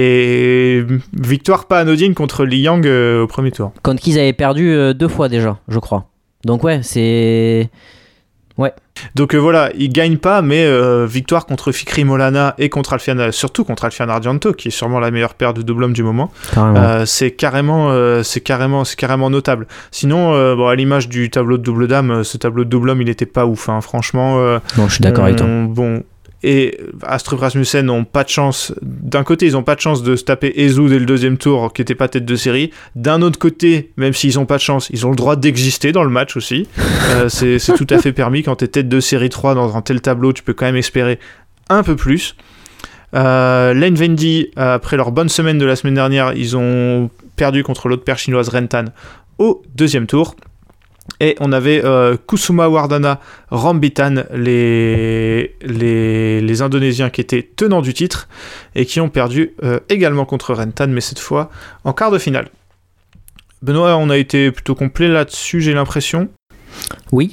[SPEAKER 1] Et victoire pas anodine contre Li Yang euh, au premier tour.
[SPEAKER 4] Contre qui ils avaient perdu euh, deux fois déjà, je crois. Donc ouais, c'est... Ouais.
[SPEAKER 1] Donc euh, voilà, ils gagnent pas, mais euh, victoire contre Fikri Molana et contre Alfian, surtout contre Alfian Ardianto, qui est sûrement la meilleure paire de double homme du moment. Euh, c'est carrément, euh, c'est carrément, c'est carrément notable. Sinon, euh, bon, à l'image du tableau de double dame, ce tableau de double homme, il était pas ouf, hein, franchement. Euh,
[SPEAKER 4] non, je suis d'accord
[SPEAKER 1] on,
[SPEAKER 4] avec toi.
[SPEAKER 1] Bon, et Astrup Rasmussen n'ont pas de chance. D'un côté, ils n'ont pas de chance de se taper Ezu dès le deuxième tour, qui n'était pas tête de série. D'un autre côté, même s'ils n'ont pas de chance, ils ont le droit d'exister dans le match aussi. euh, c'est, c'est tout à fait permis. Quand tu es tête de série trois dans un tel tableau, tu peux quand même espérer un peu plus. Euh, Lane Vendy, après leur bonne semaine de la semaine dernière, ils ont perdu contre l'autre paire chinoise Rentan au deuxième tour. Et on avait euh, Kusuma Wardana, Rambitan, les, les, les Indonésiens qui étaient tenants du titre et qui ont perdu euh, également contre Rentan, mais cette fois en quart de finale. Benoît, on a été plutôt complet là-dessus, j'ai l'impression.
[SPEAKER 4] Oui.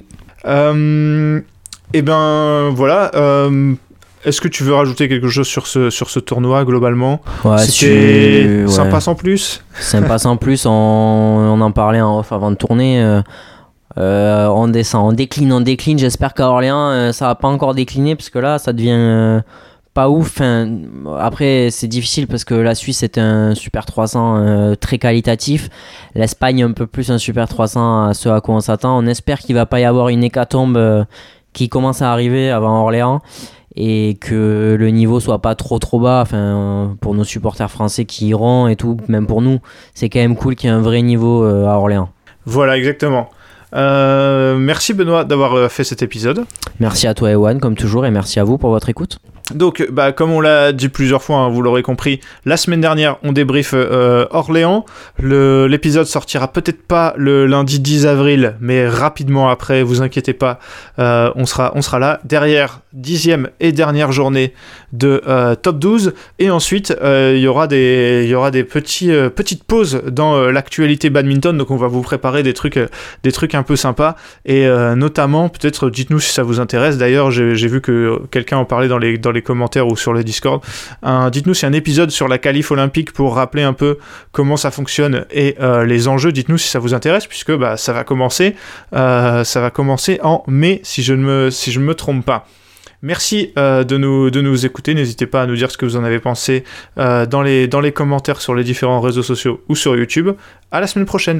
[SPEAKER 1] Euh, et ben voilà. Euh, est-ce que tu veux rajouter quelque chose sur ce, sur ce tournoi globalement ?
[SPEAKER 4] Ouais,
[SPEAKER 1] C'était
[SPEAKER 4] tu... ouais.
[SPEAKER 1] sympa sans plus.
[SPEAKER 4] Sympa sans plus, on, on en parlait en off avant de tourner. Euh... Euh, on descend, on décline, on décline. J'espère qu'à Orléans, euh, ça va pas encore décliner parce que là, ça devient euh, pas ouf. Enfin, après, c'est difficile parce que la Suisse est un Super trois cents euh, très qualitatif. L'Espagne, un peu plus un Super trois cents à ce à quoi on s'attend. On espère qu'il va pas y avoir une hécatombe euh, qui commence à arriver avant Orléans et que le niveau soit pas trop trop bas. Enfin, pour nos supporters français qui iront et tout, même pour nous, c'est quand même cool qu'il y ait un vrai niveau euh, à Orléans.
[SPEAKER 1] Voilà, exactement. Euh, merci Benoît d'avoir fait cet épisode.
[SPEAKER 4] Merci à toi Ewan comme toujours et merci à vous pour votre écoute.
[SPEAKER 1] Donc bah, comme on l'a dit plusieurs fois, hein, vous l'aurez compris, la semaine dernière on débriefe euh, Orléans. Le, l'épisode sortira peut-être pas le lundi dix avril, mais rapidement après, vous inquiétez pas, euh, on, sera, on sera là derrière dixième et dernière journée de euh, top douze, et ensuite il euh, y aura des, y aura des petits, euh, petites pauses dans euh, l'actualité badminton, donc on va vous préparer des trucs, euh, des trucs un peu sympas, et euh, notamment, peut-être dites-nous si ça vous intéresse, d'ailleurs j'ai, j'ai vu que quelqu'un en parlait dans les, dans les commentaires ou sur le Discord, un, dites-nous si un épisode sur la qualif olympique pour rappeler un peu comment ça fonctionne et euh, les enjeux, dites-nous si ça vous intéresse, puisque bah, ça va commencer, euh, ça va commencer en mai, si je ne me, si je ne me trompe pas. Merci euh, de, nous, de nous écouter, n'hésitez pas à nous dire ce que vous en avez pensé euh, dans, les, dans les commentaires sur les différents réseaux sociaux ou sur YouTube. À la semaine prochaine.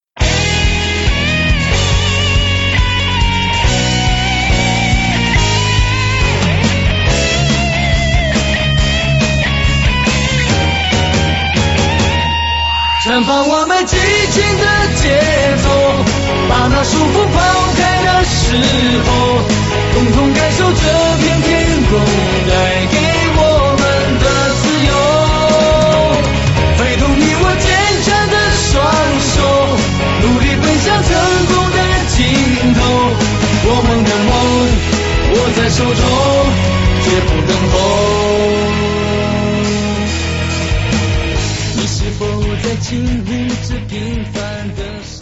[SPEAKER 6] 绽放我们激情的节奏，把那束缚抛开的时候，共同感受这片天空带给我们的自由，挥动你我坚强的双手，努力奔向成功的尽头，我们的梦握在手中，绝不等候。你是否在经历这平凡的生活？